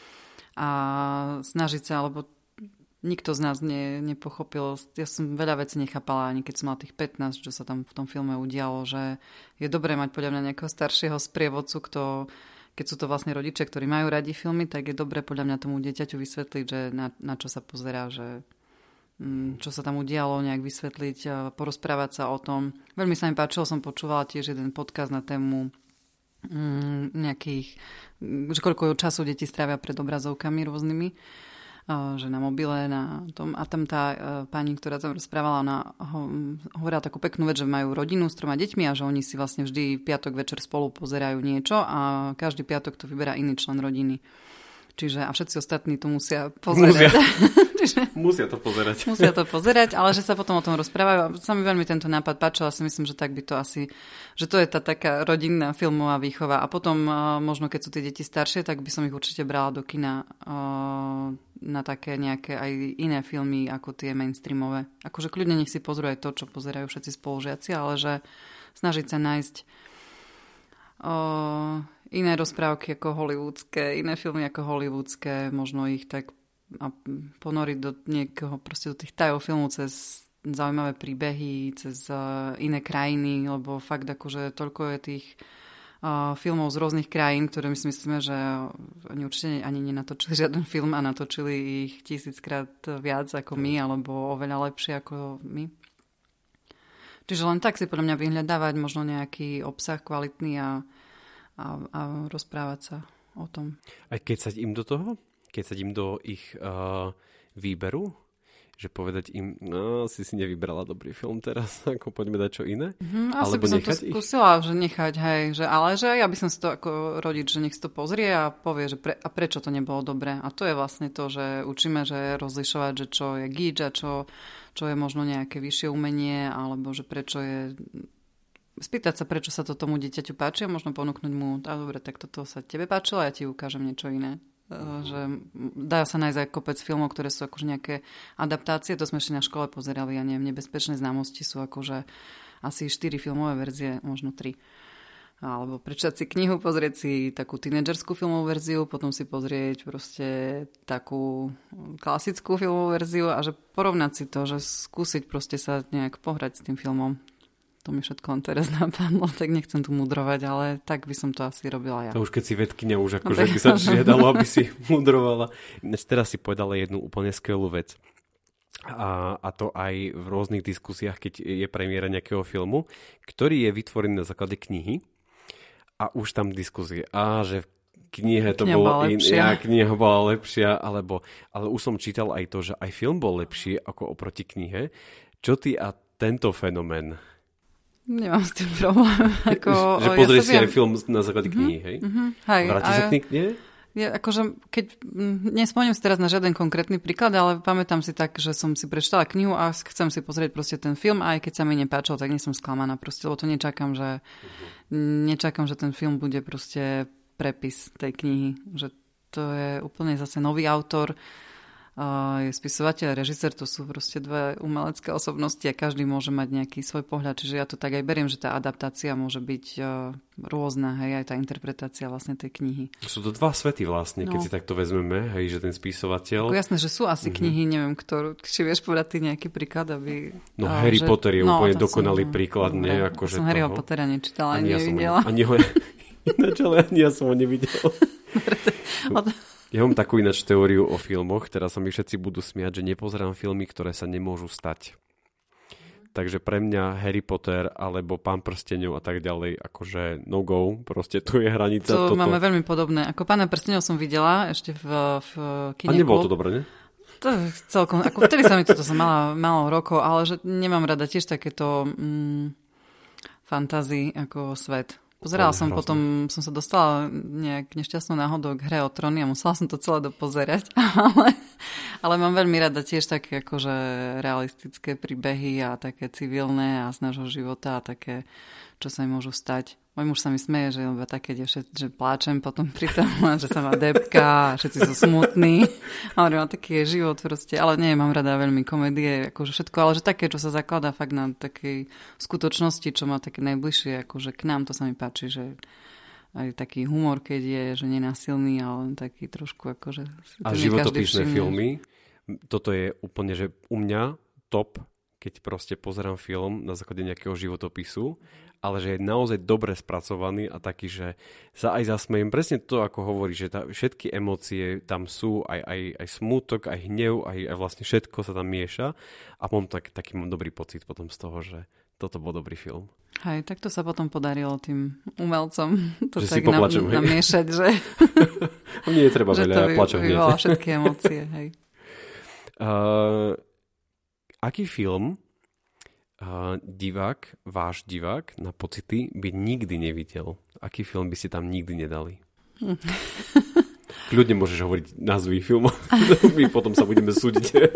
a snažiť sa, alebo nikto z nás ne, nepochopil. Ja som veľa vecí nechápala, ani keď som mala tých pätnásť, čo sa tam v tom filme udialo, že je dobré mať podľa mňa nejakého staršieho sprievodcu, kto, keď sú to vlastne rodičia, ktorí majú radi filmy, tak je dobré podľa mňa tomu dieťaťu vysvetliť, že na, na čo sa pozerá, že čo sa tam udialo, nejak vysvetliť, porozprávať sa o tom. Veľmi sa mi páčilo, som počúvala tiež jeden podcast na tému nejakých, že koľko času deti strávia pred obrazovkami rôznymi, že na mobile, na tom. A tam tá pani, ktorá tam rozprávala, ona hovorila takú peknú vec, že majú rodinu s troma deťmi a že oni si vlastne vždy piatok večer spolu pozerajú niečo a každý piatok to vyberá iný člen rodiny. Čiže a všetci ostatní to musia pozerať.
Musia, Čiže, musia to pozerať.
Musia to pozerať, ale že sa potom o tom rozprávajú. Sa mi veľmi tento nápad páčil a si myslím, že tak by to asi, že to je tá taká rodinná filmová výchova. A potom možno, keď sú tie deti staršie, tak by som ich určite brala do kina na také nejaké aj iné filmy ako tie mainstreamové. Akože kľudne nech si pozrú aj to, čo pozerajú všetci spolužiaci, ale že snažiť sa nájsť o, iné rozprávky ako hollywoodske, iné filmy ako hollywoodske, možno ich tak a ponoriť do niekoho, proste do tých tajov filmu cez zaujímavé príbehy, cez uh, iné krajiny, lebo fakt akože toľko je tých uh, filmov z rôznych krajín, ktoré my si myslíme, že oni určite ani nenatočili žiaden film a natočili ich tisíckrát viac ako my, alebo oveľa lepšie ako my. Čiže len tak si podľa mňa vyhľadávať možno nejaký obsah kvalitný a A, a rozprávať sa o tom.
A keď sa im do toho? Keď sa im do ich uh, výberu? Že povedať im, no, si si nevybrala dobrý film teraz, ako poďme dať čo iné?
Mm, asi by som to skúsila, že nechať, hej, že, ale že ja by som si to ako rodič, že nech si to pozrie a povie, že pre, a prečo to nebolo dobré. A to je vlastne to, že učíme, že rozlišovať, že čo je gíč a čo, čo je možno nejaké vyššie umenie, alebo že prečo je... Spýtať sa, prečo sa to tomu dieťaťu páči a možno ponúknuť mu, a dobre, tak toto sa tebe páčilo a ja ti ukážem niečo iné. Uh, že dá sa nájsť aj kopec filmov, ktoré sú akože nejaké adaptácie, to sme ešte na škole pozerali, ja neviem, Nebezpečné známosti sú akože asi štyri filmové verzie, možno tri. Alebo prečítať si knihu, pozrieť si takú tínedžerskú filmovú verziu, potom si pozrieť proste takú klasickú filmovú verziu a že porovnať si to, že skúsiť proste sa nejak pohrať s tým filmom. To mi všetko len teraz napadlo, tak nechcem tu mudrovať, ale tak by som to asi robila ja.
To už keď si vedkyňa, už akože by sa žiadalo, aby si mudrovala. Teraz si povedala jednu úplne skvelú vec. A, a to aj v rôznych diskusiách, keď je premiéra nejakého filmu, ktorý je vytvorený na základe knihy a už tam diskusie. A že v knihe to kniha bolo iná, kniha bola lepšia, alebo, ale už som čítal aj to, že aj film bol lepší ako oproti knihe. Čo ty a tento fenomén?
Nemám s tým problém. Ako,
že pozrieš ja si viem... aj film na základe knihy, hej?
Mm-hmm, hej.
Vrátiš sa k knihe?
Ja, akože, keď, nespomeniem si teraz na žiaden konkrétny príklad, ale pamätám si tak, že som si prečítala knihu a chcem si pozrieť proste ten film a aj keď sa mi nepáčil, tak nie som sklamaná proste, lebo to nečakám, že uh-huh. nečakám, že ten film bude proste prepis tej knihy. Že to je úplne zase nový autor, je spisovateľ a režisér, to sú proste dve umelecké osobnosti a každý môže mať nejaký svoj pohľad, čiže ja to tak aj beriem, že tá adaptácia môže byť rôzna, hej, aj tá interpretácia vlastne tej knihy. Sú
to dva svety vlastne, no. Keď si takto vezmeme, hej, že ten spisovateľ...
Ako jasné, že sú asi mm-hmm. knihy, neviem, ktorú, či vieš povedať ty nejaký príklad, aby...
No a, Harry že... Potter je no, úplne dokonalý som, príklad, nie?
Akože som Harryho Pottera nečítala, ani, ani nevidela.
Ja ani ho, ináč, ale ani ja som ho nevidel. Ja mám takú ináč teóriu o filmoch, teraz sa mi všetci budú smiať, že nepozerám filmy, ktoré sa nemôžu stať. Takže pre mňa Harry Potter alebo Pán prsteňov a tak ďalej, akože no go, proste tu je hranica.
To toto. Máme veľmi podobné. Ako Pána prsteňov som videla ešte v, v kine.
A nebolo to dobré, ne?
To celkom, ako vtedy sa mi toto som mala málo rokov, ale že nemám rada tiež takéto mm, fantázy ako svet. Pozerala som, hrozné. Potom som sa dostala nejak nešťastnou náhodou k Hre o tróny a musela som to celé dopozerať. Ale, ale mám veľmi rada tiež také akože realistické príbehy a také civilné a z nášho života a také, čo sa im môžu stať. Môj muž sa mi smeje, že iba také, že, že pláčem potom pri tom, že sa ma depka a všetci sú smutní. A hovorím, taký je život proste. Ale nie, mám rada veľmi komédie, akože všetko, ale že také, čo sa zakladá fakt na takej skutočnosti, čo má také najbližšie, akože k nám, to sa mi páči, že aj taký humor, keď je, že nenásilný, ale taký trošku akože...
A životopisné filmy, toto je úplne, že u mňa top, keď proste pozerám film na základe nejakého životopisu, ale že je naozaj dobre spracovaný a taký, že sa aj zasmejem. Presne to, ako hovorí, že tá, všetky emócie tam sú, aj, aj, aj smútok, aj hnev, aj, aj vlastne všetko sa tam mieša a mám tak, taký mám dobrý pocit potom z toho, že toto bol dobrý film.
Hej, tak to sa potom podarilo tým umelcom to
že
tak
si poplačem,
nam, namiešať, že...
Mne je treba veľa, ja plačem hneď. Že to vyvolá
všetky emócie, hej.
Uh, aký film Uh, divák, váš divák na pocity by nikdy nevidel? Aký film by ste tam nikdy nedali? Hm. Kľudne môžeš hovoriť názvy filmov. My potom sa budeme súdiť.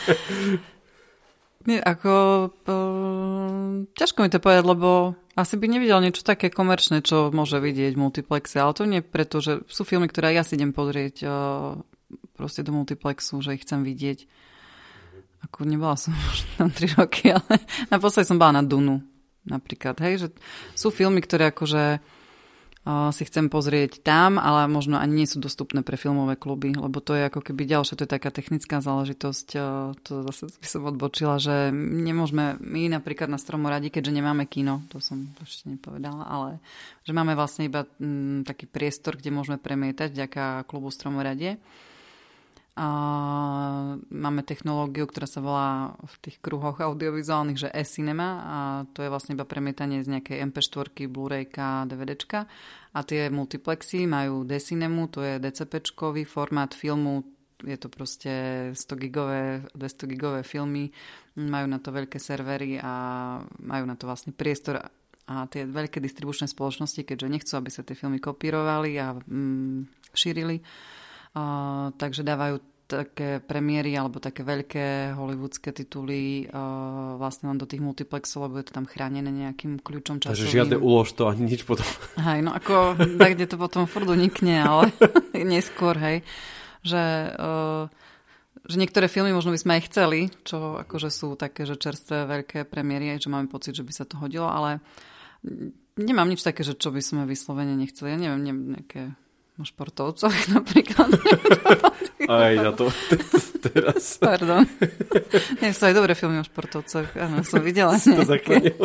Nie, ako... Po... Ťažko mi to povedať, lebo asi by nevidel niečo také komerčné, čo môže vidieť v multiplexe. Ale to nie preto, že sú filmy, ktoré ja si idem pozrieť uh, proste do multiplexu, že ich chcem vidieť. Ako nebola som už tam tri roky, ale naposledy som bola na Dunu napríklad, hej, že sú filmy, ktoré akože uh, si chcem pozrieť tam, ale možno ani nie sú dostupné pre filmové kluby, lebo to je ako keby ďalšia, to je taká technická záležitosť, uh, to zase by som odbočila, že nemôžeme, my napríklad na Stromoradi, keďže nemáme kino, to som ešte nepovedala, ale že máme vlastne iba m, taký priestor, kde môžeme premietať vďaka klubu Stromoradie. A máme technológiu, ktorá sa volá v tých kruhoch audiovizuálnych, že e-cinema a to je vlastne iba premietanie z nejakej em pé štyri, Blu-rayka, DVDčka a tie multiplexy majú D-cinemu, to je DCPčkový formát filmu, je to proste sto gigové, dvesto gigové filmy, majú na to veľké servery a majú na to vlastne priestor a tie veľké distribučné spoločnosti, keďže nechcú, aby sa tie filmy kopírovali a mm, šírili, Uh, takže dávajú také premiéry alebo také veľké hollywoodske tituly uh, vlastne len do tých multiplexov, lebo je to tam chránené nejakým kľúčom časovým.
Takže žiadne ulož to ani nič potom.
Hej, no ako tak, kde to potom furt unikne, ale neskôr, hej, že, uh, že niektoré filmy možno by sme aj chceli, čo akože sú také, že čerstvé veľké premiéry, že máme pocit, že by sa to hodilo, ale nemám nič také, že čo by sme vyslovene nechceli. Ja neviem, neviem nejaké o športovcoch napríklad.
Aj na to teraz.
Pardon. Nie, sú aj dobré filmy o športovcoch. Áno, som videla.
To zakladilo.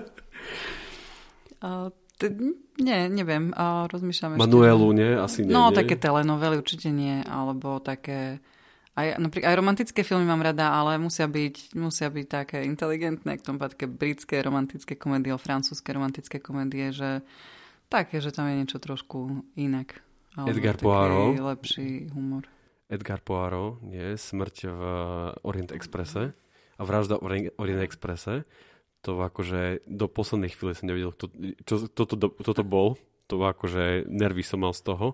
Nie, neviem. A rozmýšľam ešte.
Manuelu, nie? Asi nie.
No,
nie.
také telenovely určite nie. Alebo také... Aj, napríklad, aj romantické filmy mám rada, ale musia byť, musia byť také inteligentné, k tomu také britské romantické komédie, francúzske romantické komédie, že také, že tam je niečo trošku inak.
Edgar Poirot.
Lepší humor.
Edgar Poirot, nie, Smrť v Orient Expresse a Vražda v Orient Expresse. To akože do poslednej chvíle som nevedel, kto, čo, toto, toto bol. To akože nervy som mal z toho.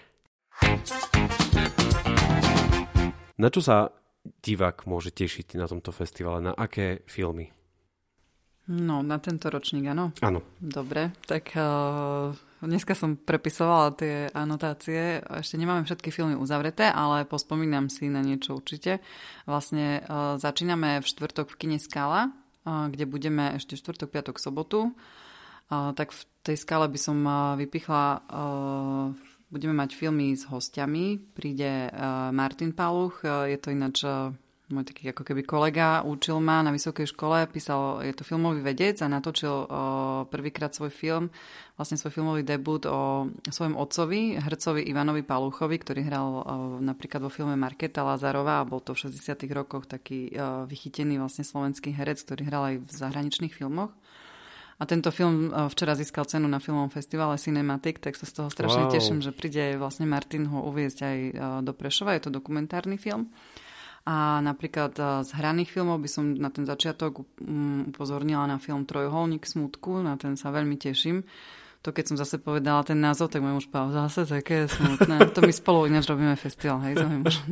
Na čo sa divák môže tešiť na tomto festivale? Na aké filmy?
No, na tento ročník, áno.
Áno.
Dobre, tak uh, dneska som prepisovala tie anotácie. Ešte nemáme všetky filmy uzavreté, ale pospomínam si na niečo určite. Vlastne uh, začíname v štvrtok v kine Skala, uh, kde budeme ešte štvrtok, piatok, sobotu. Uh, tak v tej Skale by som uh, vypichla... Uh, budeme mať filmy s hostiami. Príde uh, Martin Paluch. Uh, je to ináč... Uh, môj taký ako keby kolega, učil ma na vysokej škole, písal, je to filmový vedec a natočil o, prvýkrát svoj film, vlastne svoj filmový debut o svojom otcovi, hercovi Ivanovi Paluchovi, ktorý hral o, napríklad vo filme Markéta Lazarová a bol to v šesťdesiatych rokoch taký o, vychytený vlastne slovenský herec, ktorý hral aj v zahraničných filmoch. A tento film včera získal cenu na filmovom festivale Cinematic, tak sa z toho strašne wow. teším, že príde vlastne Martin ho uviesť aj do Prešova, je to dokumentárny film. A napríklad z hraných filmov by som na ten začiatok upozornila na film Trojuholník smutku, na ten sa veľmi teším. To keď som zase povedala ten názov, tak môj muž povedal, zase také smutné. To my spolu ináč robíme festival, hej,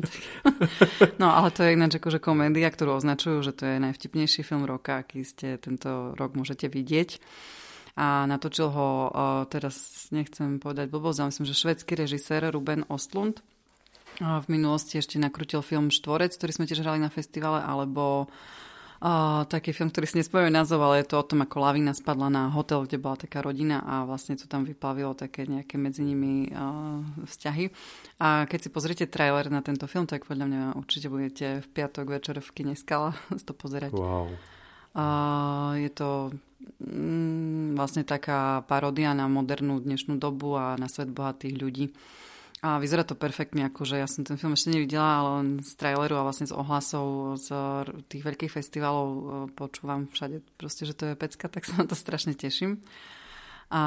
No ale to je ináč akože komédia, ktorú označujú, že to je najvtipnejší film roka, aký ste tento rok môžete vidieť. A natočil ho, teraz nechcem povedať blbosť, ale myslím, že švédsky režisér Ruben Östlund. V minulosti ešte nakrútil film Štvorec, ktorý sme tiež hrali na festivale, alebo uh, taký film, ktorý si nespomínam názov, ale je to o tom, ako lavína spadla na hotel, kde bola taká rodina a vlastne to tam vyplavilo také nejaké medzi nimi uh, vzťahy. A keď si pozriete trailer na tento film, tak podľa mňa určite budete v piatok večer v kine Skala to pozerať.
Wow.
Uh, je to mm, vlastne taká paródia na modernú dnešnú dobu a na svet bohatých ľudí. A vyzerá to perfektne, akože ja som ten film ešte nevidela, ale len z traileru a vlastne z ohlasov z tých veľkých festivalov počúvam všade proste, že to je pecka, tak sa na to strašne teším. A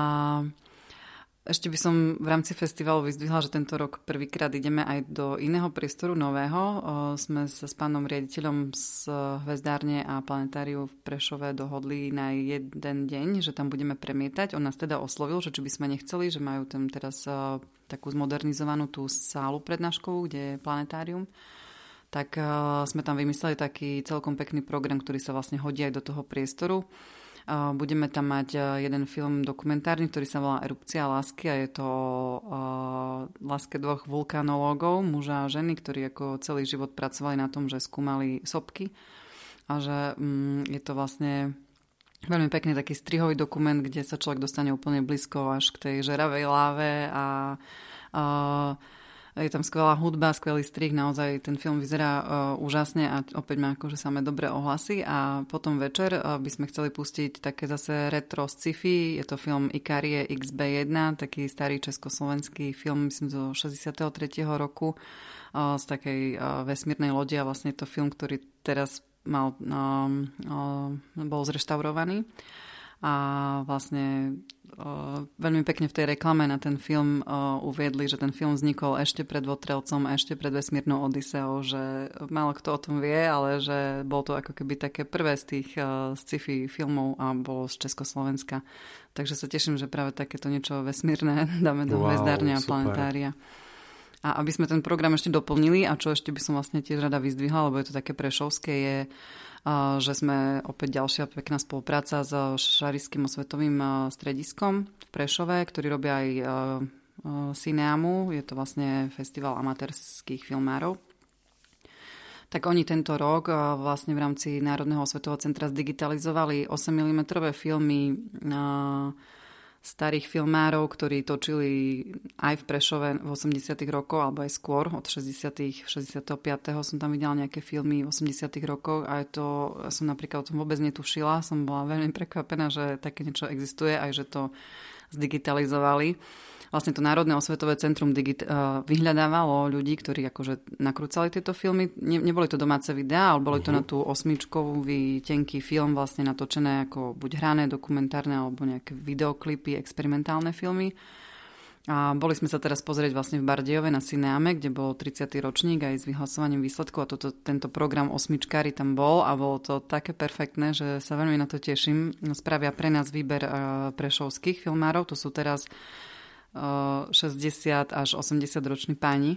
ešte by som v rámci festivalu vyzdvihla, že tento rok prvýkrát ideme aj do iného priestoru nového. Sme sa s pánom riaditeľom z Hvezdárne a planetáriu v Prešove dohodli na jeden deň, že tam budeme premietať. On nás teda oslovil, že či by sme nechceli, že majú tam teraz takú zmodernizovanú tú sálu prednáškovú, kde je planetárium. Tak sme tam vymysleli taký celkom pekný program, ktorý sa vlastne hodí aj do toho priestoru. Budeme tam mať jeden film dokumentárny, ktorý sa volá Erupcia lásky a je to o láske dvoch vulkanológov, muža a ženy, ktorí ako celý život pracovali na tom, že skúmali sopky a že mm, je to vlastne veľmi pekný taký strihový dokument, kde sa človek dostane úplne blízko až k tej žeravej láve a, a je tam skvelá hudba, skvelý strih, naozaj ten film vyzerá uh, úžasne a opäť má akože samé dobré ohlasy a potom večer uh, by sme chceli pustiť také zase retro sci-fi, je to film Ikarie iks bé jeden, taký starý československý film, myslím zo šesťdesiateho tretieho roku uh, z takej uh, vesmírnej lode a vlastne je to film, ktorý teraz mal, um, uh, bol zreštaurovaný a vlastne uh, veľmi pekne v tej reklame na ten film uh, uviedli, že ten film vznikol ešte pred Votrelcom a ešte pred vesmírnou Odiseou, že málo kto o tom vie, ale že bol to ako keby také prvé z tých uh, sci-fi filmov a bolo z Československa. Takže sa teším, že práve takéto niečo vesmírne dáme do wow, Hvezdárne a planetária. A aby sme ten program ešte doplnili a čo ešte by som vlastne tiež rada vyzdvihla, lebo je to také prešovské, je že sme opäť ďalšia pekná spolupráca s Šarišským osvetovým strediskom v Prešove, ktorý robia aj Cineamu, je to vlastne festival amatérských filmárov. Tak oni tento rok vlastne v rámci Národného osvetového centra zdigitalizovali osem milimetrové filmy starých filmárov, ktorí točili aj v Prešove v osemdesiatych rokoch, alebo aj skôr, od šesťdesiatych, šesťdesiatpäť som tam videla nejaké filmy v osemdesiatych rokoch a je to, ja som napríklad o tom vôbec netušila, som bola veľmi prekvapená, že také niečo existuje, aj že to zdigitalizovali. Vlastne to Národné osvetové centrum digit- vyhľadávalo ľudí, ktorí akože nakrúcali tieto filmy. Ne- neboli to domáce videá, ale boli to uh-huh. na tú osmičkový tenký film vlastne natočené ako buď hrané, dokumentárne alebo nejaké videoklipy, experimentálne filmy. A boli sme sa teraz pozrieť vlastne v Bardejove na Cineame, kde bol tridsiaty ročník aj s vyhlasovaním výsledkov a toto, tento program osmičkári tam bol a bolo to také perfektné, že sa veľmi na to teším. Spravia pre nás výber prešovských filmárov, to sú teraz šesťdesiat až osemdesiat roční páni,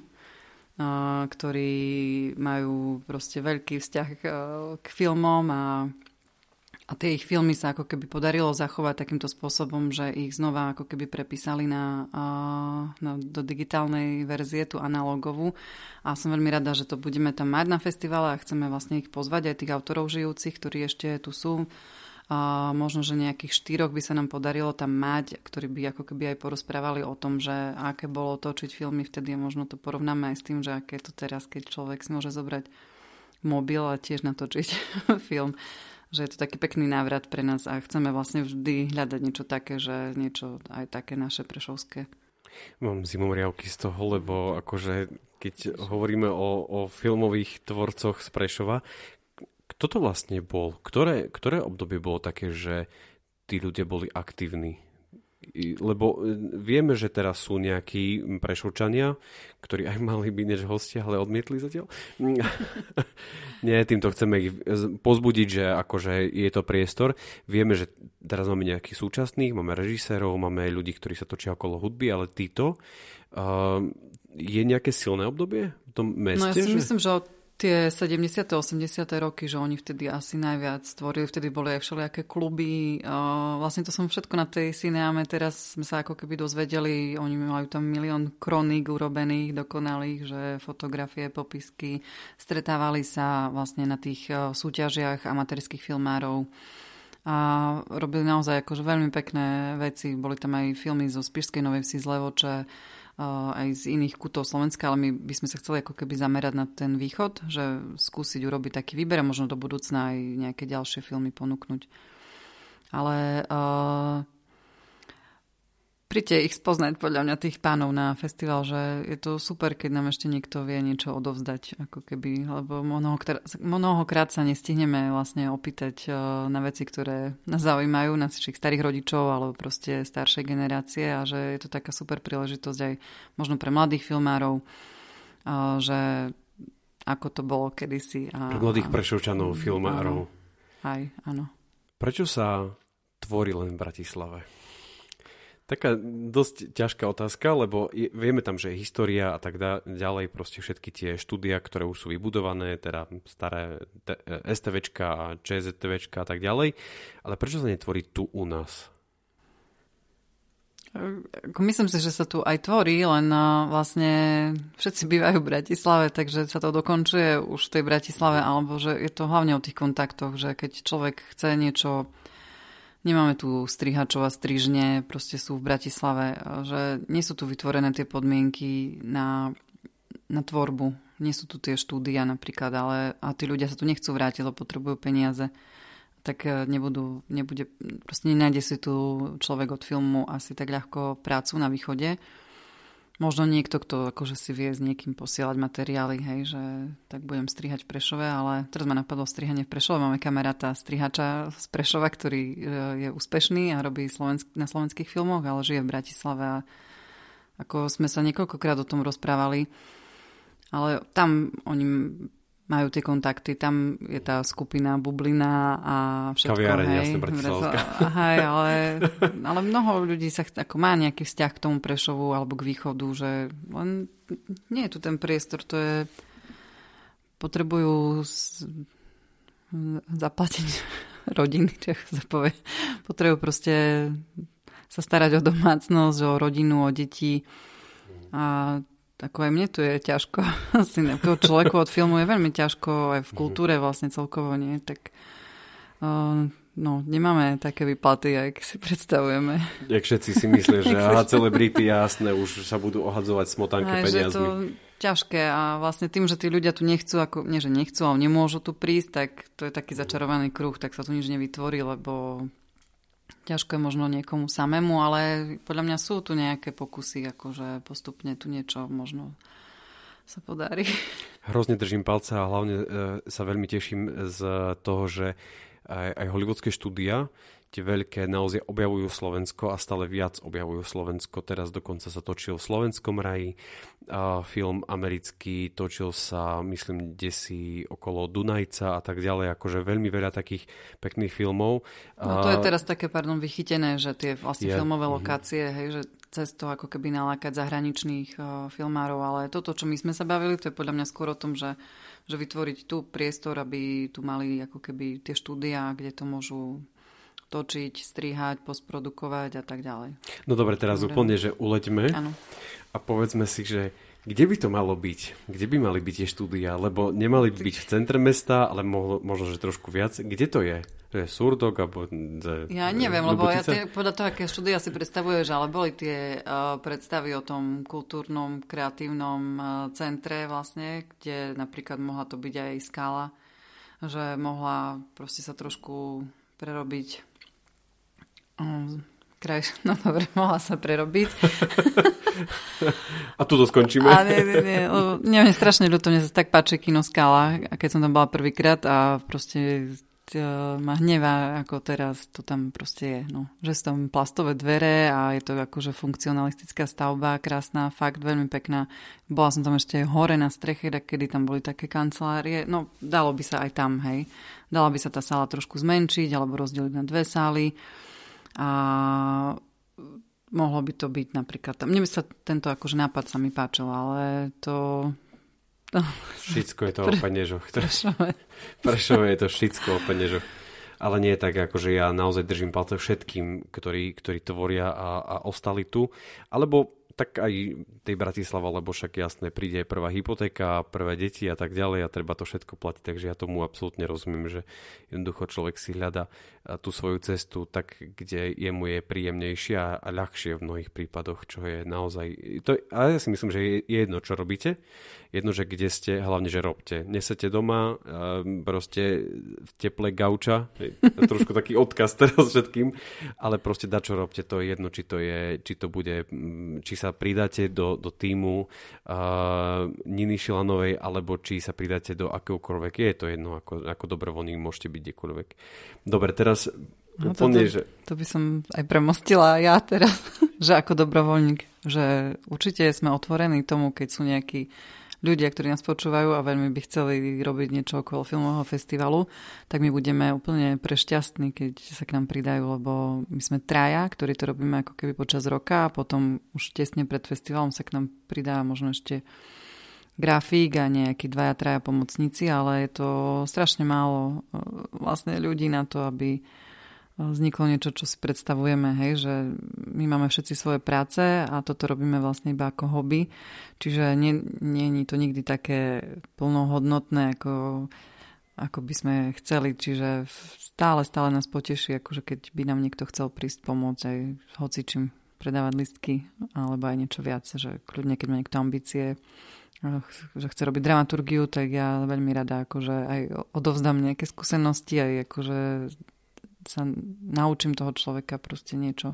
ktorí majú proste veľký vzťah k filmom a A tie ich filmy sa ako keby podarilo zachovať takýmto spôsobom, že ich znova ako keby prepísali na, na, do digitálnej verzie, tú analogovú. A som veľmi rada, že to budeme tam mať na festivale a chceme vlastne ich pozvať, aj tých autorov žijúcich, ktorí ešte tu sú. A možno, že nejakých štyroch by sa nám podarilo tam mať, ktorí by ako keby aj porozprávali o tom, že aké bolo točiť filmy vtedy a možno to porovnáme aj s tým, že aké je to teraz, keď človek si môže zobrať mobil a tiež natočiť film. Že je to taký pekný návrat pre nás a chceme vlastne vždy hľadať niečo také, že niečo aj také naše prešovské.
Mám zimomriavky z toho, lebo akože keď hovoríme o, o filmových tvorcoch z Prešova, kto to vlastne bol? Ktoré, ktoré obdobie bolo také, že tí ľudia boli aktívni? Lebo vieme, že teraz sú nejakí Prešovčania, ktorí aj mali byť než hostia, ale odmietli zatiaľ. Nie, týmto chceme ich pozbudiť, že akože je to priestor. Vieme, že teraz máme nejakých súčasných, máme režisérov, máme aj ľudí, ktorí sa točia okolo hudby, ale títo, uh, je nejaké silné obdobie v tom meste?
No ja si
že...
myslím, že od tie sedemdesiate osemdesiate roky, že oni vtedy asi najviac stvorili, vtedy boli aj všelijaké kluby. Vlastne to som všetko na tej Cineame, teraz sme sa ako keby dozvedeli, oni majú tam milión kroník urobených, dokonalých, že fotografie, popisky, stretávali sa vlastne na tých súťažiach amatérskych filmárov a robili naozaj akože veľmi pekné veci. Boli tam aj filmy zo Spišskej Novej Vsi, z Levoče, aj z iných kútov Slovenska, ale my by sme sa chceli ako keby zamerať na ten východ, že skúsiť urobiť taký výber a možno do budúcna aj nejaké ďalšie filmy ponúknuť. Ale uh, príďte ich spoznať podľa mňa tých pánov na festival, že je to super, keď nám ešte niekto vie niečo odovzdať, ako keby, lebo mnohokrát, mnohokrát sa nestihneme vlastne opýtať na veci, ktoré nás zaujímajú, našich starých rodičov alebo proste staršej generácie a že je to taká super príležitosť aj možno pre mladých filmárov, že ako to bolo kedysi. A,
pre mladých Prešovčanov, filmárov.
Aj, áno.
Prečo sa tvorí len v Bratislave? Taká dosť ťažká otázka, lebo je, vieme tam, že je história a tak dá, ďalej, proste všetky tie štúdia, ktoré už sú vybudované, teda staré te, STVčka a ČZTVčka a tak ďalej, ale prečo sa netvorí tu u nás?
Myslím si, že sa tu aj tvorí, len vlastne všetci bývajú v Bratislave, takže sa to dokončuje už v tej Bratislave, alebo že je to hlavne o tých kontaktoch, že keď človek chce niečo. Nemáme tu strihačov a strižne, proste sú v Bratislave, že nie sú tu vytvorené tie podmienky na, na tvorbu. Nie sú tu tie štúdia napríklad, ale a tí ľudia sa tu nechcú vrátiť, lebo potrebujú peniaze. Tak nebudú, nebude, proste nenájde si tu človek od filmu asi tak ľahko prácu na východe. Možno niekto, kto akože si vie s niekým posielať materiály, hej, že tak budem strihať v Prešove, ale teraz ma napadlo strihanie v Prešove. Máme kamaráta strihača z Prešova, ktorý je úspešný a robí slovensk- na slovenských filmoch, ale žije v Bratislave a ako sme sa niekoľkokrát o tom rozprávali, ale tam oni majú tie kontakty, tam je tá skupina Bublina a všetko.
Kaviareň,
hej,
jasne, bratislavská.
Hej, ale, ale mnoho ľudí sa ako má nejaký vzťah k tomu Prešovu alebo k východu, že len nie je tu ten priestor, to je potrebujú z, zaplatiť rodiny, čo sa povie. Potrebujú proste sa starať o domácnosť, o rodinu, o deti a ako aj mne tu je ťažko. Asi nejakého človeku od filmu je veľmi ťažko, aj v kultúre vlastne celkovo nie. Tak uh, no, nemáme také výplaty, jak si predstavujeme.
Jak všetci si myslia, že aha, celebrity, jasné, už sa budú ohadzovať smotánke
aj,
peniazmi.
Že to ťažké a vlastne tým, že tí ľudia tu nechcú, ako, nie že nechcú, ale nemôžu tu prísť, tak to je taký začarovaný kruh, tak sa tu nič nevytvorí, lebo ťažko je možno niekomu samému, ale podľa mňa sú tu nejaké pokusy, akože postupne tu niečo možno sa podarí.
Hrozne držím palca a hlavne e, sa veľmi teším z toho, že aj, aj hollywoodske štúdia, tie veľké, naozaj objavujú Slovensko a stále viac objavujú Slovensko. Teraz dokonca sa točil v Slovenskom raji a film americký, točil sa, myslím, desi okolo Dunajca a tak ďalej. Akože veľmi veľa takých pekných filmov.
No to je teraz také, pardon, vychytené, že tie vlastne je, filmové lokácie, hej, že cez to ako keby nalákať zahraničných uh, filmárov, ale toto, čo my sme sa bavili, to je podľa mňa skôr o tom, že, že vytvoriť tu priestor, aby tu mali ako keby tie štúdia, kde to môžu točiť, strihať, postprodukovať a tak ďalej.
No dobre, teraz dobre. Úplne, že uleďme
ano.
A povedzme si, že kde by to malo byť? Kde by mali byť tie štúdia? Lebo nemali by byť v centre mesta, ale mohlo, možno, že trošku viac. Kde to je? To je Surdok? Alebo de,
ja neviem, lebo ja tie, podľa toho, aké štúdia si predstavuješ, ale boli tie uh, predstavy o tom kultúrnom, kreatívnom uh, centre vlastne, kde napríklad mohla to byť aj Skala, že mohla proste sa trošku prerobiť um, kraj, no dobre, mohla sa prerobiť.
A tu to skončíme.
A nie, nie, nie. Neviem, strašne ľúto, mne sa tak páči kino Skala, keď som tam bola prvýkrát a proste ma hnevá, ako teraz to tam proste je. No. Že sú tam plastové dvere a je to akože funkcionalistická stavba, krásna, fakt veľmi pekná. Bola som tam ešte hore na streche, kedy tam boli také kancelárie. No, dalo by sa aj tam, hej. Dala by sa tá sála trošku zmenšiť alebo rozdeliť na dve sály. A mohlo by to byť napríklad tam. Mne by sa tento akože nápad sa mi páčil, ale to... to...
Všetko je to o peniežoch. Prešové. Prešové je to všetko o peniežoch. Ale nie je tak, akože ja naozaj držím palce všetkým, ktorí, ktorí tvoria a, a ostali tu. Alebo tak aj tej Bratislava, lebo však jasné, príde aj prvá hypotéka, prvé deti a tak ďalej a treba to všetko platiť, takže ja tomu absolútne rozumiem, že jednoducho človek si hľada tú svoju cestu tak, kde jemu je príjemnejšie a ľahšie v mnohých prípadoch, čo je naozaj... To, ale ja si myslím, že je jedno, čo robíte, jedno, že kde ste, hlavne, že robte. Nesete doma, proste v teple gauča, trošku taký odkaz teraz všetkým, ale proste da, čo robte, to je jedno, či to je, či to bude, či sa pridáte do, do týmu uh, Niny Šilanovej, alebo či sa pridáte do akéhokoľvek, je to jedno, ako, ako dobrovoľník môžete byť kdekoľvek. Dobre, teraz
no úplne, to, že... To by som aj premostila ja teraz, že ako dobrovoľník, že určite sme otvorení tomu, keď sú nejakí ľudia, ktorí nás počúvajú a veľmi by chceli robiť niečo okolo filmového festivalu, tak my budeme úplne prešťastní, keď sa k nám pridajú, lebo my sme traja, ktorí to robíme ako keby počas roka a potom už tesne pred festivalom sa k nám pridá možno ešte grafík a nejakí dvaja, traja pomocníci, ale je to strašne málo vlastne ľudí na to, aby vzniklo niečo, čo si predstavujeme, hej, že my máme všetci svoje práce a toto robíme vlastne iba ako hobby, čiže nie, nie je to nikdy také plnohodnotné, ako, ako by sme chceli, čiže stále, stále nás poteší, akože keď by nám niekto chcel prísť pomôcť aj hocičím predávať listky, alebo aj niečo viac, že kľudne, keď má niekto ambície, že chce robiť dramaturgiu, tak ja veľmi rada akože aj odovzdám nejaké skúsenosti, aj akože sa naučím toho človeka proste niečo.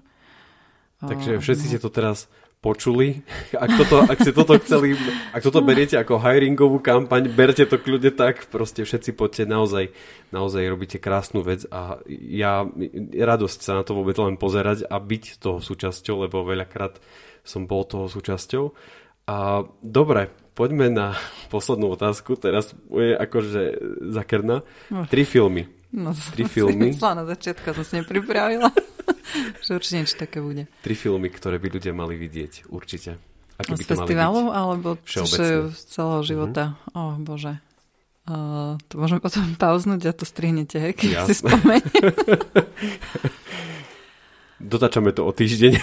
Takže všetci ste to teraz počuli. Ak, toto, ak ste toto chceli, ak toto beriete ako hiringovú kampaň, berte to kľudne tak. Proste všetci poďte, naozaj, naozaj robíte krásnu vec a ja radosť sa na to vôbec len pozerať a byť toho súčasťou, lebo veľakrát som bol toho súčasťou. A dobre, poďme na poslednú otázku. Teraz je akože zakrná. Tri filmy.
No,
Tri filmy.
Myslela na začiatku, som si nepripravila. Že určite niečo také bude.
Tri filmy, ktoré by ľudia mali vidieť. Určite. Aké by
z festivalu? Alebo
všeobecne?
Z celého života? Mm-hmm. Ó, bože. Uh, to môžeme potom pauznúť a to strihnete, hej, keď Jasné. Si spomeniem.
Dotačame to o týždeň.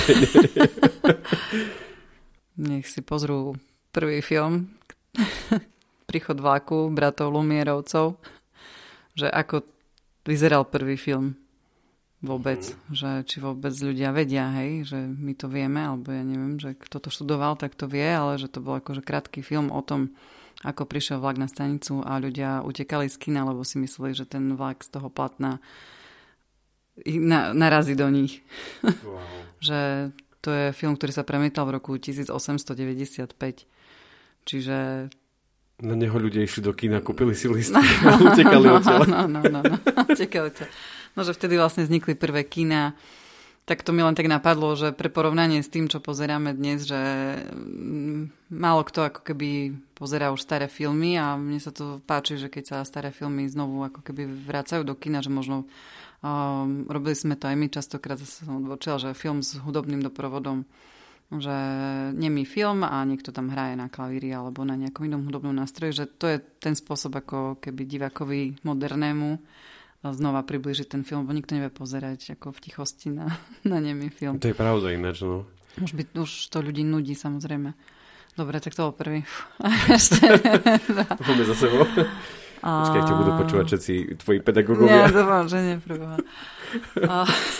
Nech si pozrú prvý film Príchod vlaku bratov Lumierovcov, že ako vyzeral prvý film vôbec, mm. že či vôbec ľudia vedia, hej, že my to vieme, alebo ja neviem, že kto to študoval, tak to vie, ale že to bol akože krátky film o tom, ako prišiel vlak na stanicu a ľudia utekali z kina, lebo si mysleli, že ten vlak z toho platna na, narazí do nich. Wow. Že to je film, ktorý sa premietal v roku tisícosemstodeväťdesiatpäť. Čiže
na neho ľudia išli do kína, kúpili si listy a utekali odtiaľ.
No, no, no, no, utekali odtiaľ. No, že vtedy vlastne vznikli prvé kína. Tak to mi len tak napadlo, že pre porovnanie s tým, čo pozeráme dnes, že málo kto ako keby pozerá už staré filmy a mne sa to páči, že keď sa staré filmy znovu ako keby vracajú do kina, že možno um, robili sme to aj my, častokrát som odbočila, že film s hudobným doprovodom, že nemý film a niekto tam hraje na klavíri alebo na nejakom inom hudobnom nástroji, že to je ten spôsob, ako keby divákovi modernému znova priblížiť ten film, bo nikto nevie pozerať ako v tichosti na, na nemý film.
To je pravda ináč, no.
Už, by, už to ľudí nudí, samozrejme. Dobre, tak to bol prvý. Ešte.
Poďme za sebou. A... Počkaj, ťa budú počúvať všetci tvoji pedagógovia.
Nie, dúfam, že nie. A...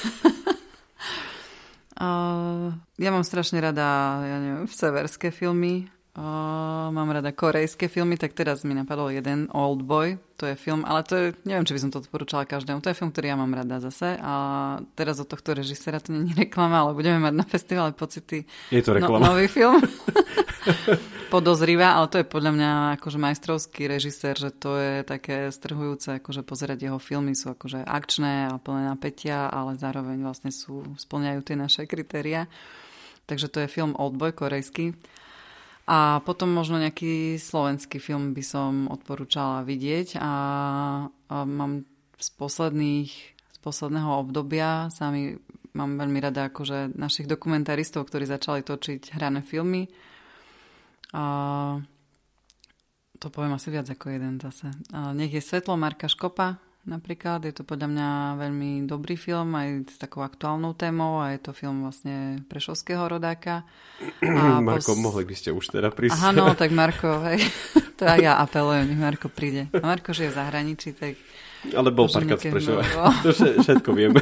a... Ja mám strašne rada, ja neviem, severské filmy. Uh, mám rada korejské filmy, tak teraz mi napadol jeden, Old Boy, to je film, ale to je, neviem, či by som to odporúčala každému, to je film, ktorý ja mám rada zase a teraz od tohto režisera to nie je reklama, ale budeme mať na festivale Pocity
je to reklama.
No, nový film Podozrivá, ale to je podľa mňa akože majstrovský režisér, že to je také strhujúce, akože pozerať jeho filmy sú akože akčné a plné napätia, ale zároveň vlastne sú, spĺňajú tie naše kritériá, takže to je film Old Boy, korejský. A potom možno nejaký slovenský film by som odporúčala vidieť a, a mám z posledných, z posledného obdobia sami mám veľmi rada akože našich dokumentaristov, ktorí začali točiť hrané filmy. A to poviem asi viac ako jeden zase. A nech je Svetlo Marka Škopa napríklad, je to podľa mňa veľmi dobrý film aj s takou aktuálnou témou a je to film vlastne prešovského rodáka. A
Marko,
pos...
mohli by ste už teda prísť.
Aha, no, tak Marko, hej, to aj ja apelujem, nech Marko príde. A Marko žije v zahraničí, tak...
Ale bol párkrát z Prešova, to všetko vieme.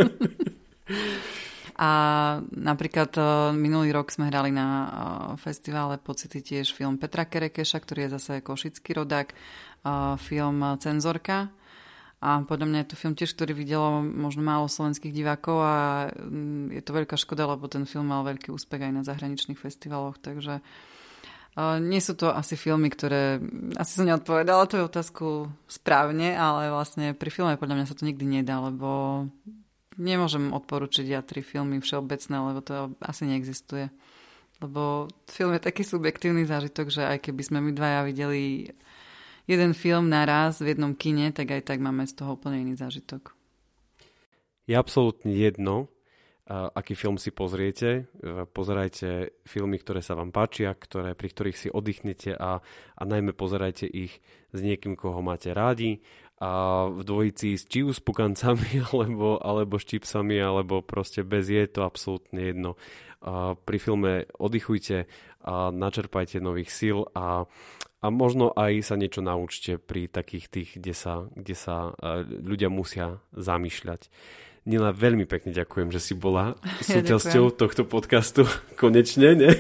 A napríklad minulý rok sme hrali na festivale Pocity tiež film Petra Kerekeša, ktorý je zase košický rodák, film Cenzorka. A podľa mňa je to film tiež, ktorý videlo možno málo slovenských divákov a je to veľká škoda, lebo ten film mal veľký úspech aj na zahraničných festivaloch, takže uh, nie sú to asi filmy, ktoré, asi som neodpovedala tú otázku správne, ale vlastne pri filme podľa mňa sa to nikdy nedá, lebo nemôžem odporučiť ja tri filmy všeobecné, lebo to asi neexistuje. Lebo film je taký subjektívny zážitok, že aj keby sme my dvaja videli jeden film naraz v jednom kine, tak aj tak máme z toho úplne iný zážitok.
Je absolútne jedno, aký film si pozriete. Pozerajte filmy, ktoré sa vám páčia, ktoré, pri ktorých si oddychnete a, a najmä pozerajte ich s niekým, koho máte rádi. A v dvojici či už s pukancami, alebo, alebo s čipsami, alebo proste bez je to absolútne jedno. A pri filme oddychujte a načerpajte nových síl a A možno aj sa niečo naučte pri takých tých, kde sa, kde sa ľudia musia zamýšľať. Nila, veľmi pekne ďakujem, že si bola súčasťou ja tohto podcastu. Konečne, ne?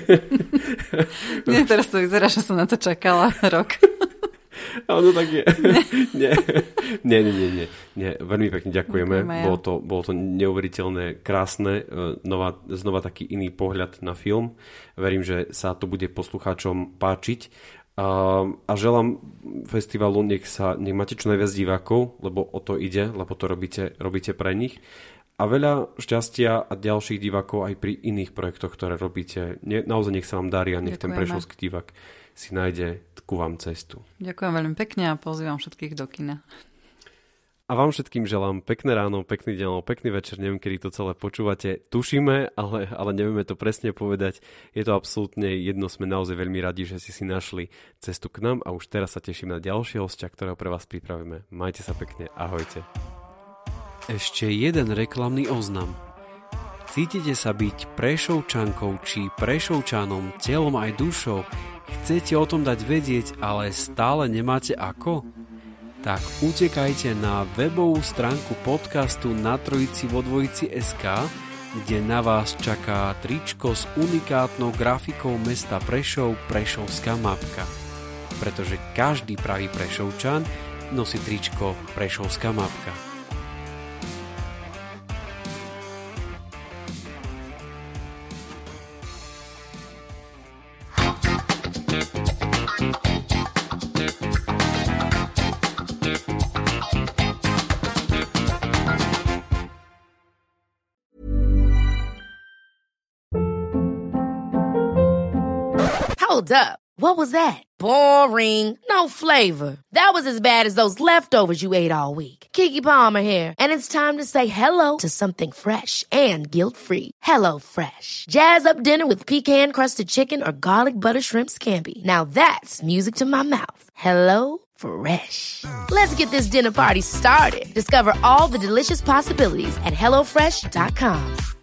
Nie, teraz to vyzerá, že som na to čakala rok.
Áno, tak je. Nie. Nie, nie, nie, nie, nie. Veľmi pekne ďakujeme. ďakujeme ja. Bolo to, bolo to neuveriteľné, krásne. Nová, znova taký iný pohľad na film. Verím, že sa to bude poslucháčom páčiť. A, a želám festivalu, nech, sa, nech máte čo najviac divákov, lebo o to ide, lebo to robíte, robíte pre nich. A veľa šťastia a ďalších divákov aj pri iných projektoch, ktoré robíte. Ne, naozaj nech sa vám darí a nech Ďakujeme. Ten prešovský divák si nájde ku vám cestu. Ďakujem veľmi pekne a pozývam všetkých do kina. A vám všetkým želám pekné ráno, pekný deň, pekný večer, neviem, kedy to celé počúvate. Tušíme, ale, ale nevieme to presne povedať. Je to absolútne jedno, sme naozaj veľmi radi, že si si našli cestu k nám a už teraz sa teším na ďalšieho hostia, ktorého pre vás pripravíme. Majte sa pekne, ahojte. Ešte jeden reklamný oznam. Cítite sa byť Prešovčankou či Prešovčanom telom aj dušou? Chcete o tom dať vedieť, ale stále nemáte ako? Tak utekajte na webovú stránku podcastu Na trojici vo dvojici bodka es ká, kde na vás čaká tričko s unikátnou grafikou mesta Prešov, Prešovská mapka. Pretože každý pravý Prešovčan nosí tričko Prešovská mapka.
Hold up. What was that? Boring. No flavor. That was as bad as those leftovers you ate all week. Keke Palmer here, and it's time to say hello to something fresh and guilt-free. Hello Fresh. Jazz up dinner with pecan-crusted chicken or garlic butter shrimp scampi. Now that's music to my mouth. Hello Fresh. Let's get this dinner party started. Discover all the delicious possibilities at hello fresh dot com.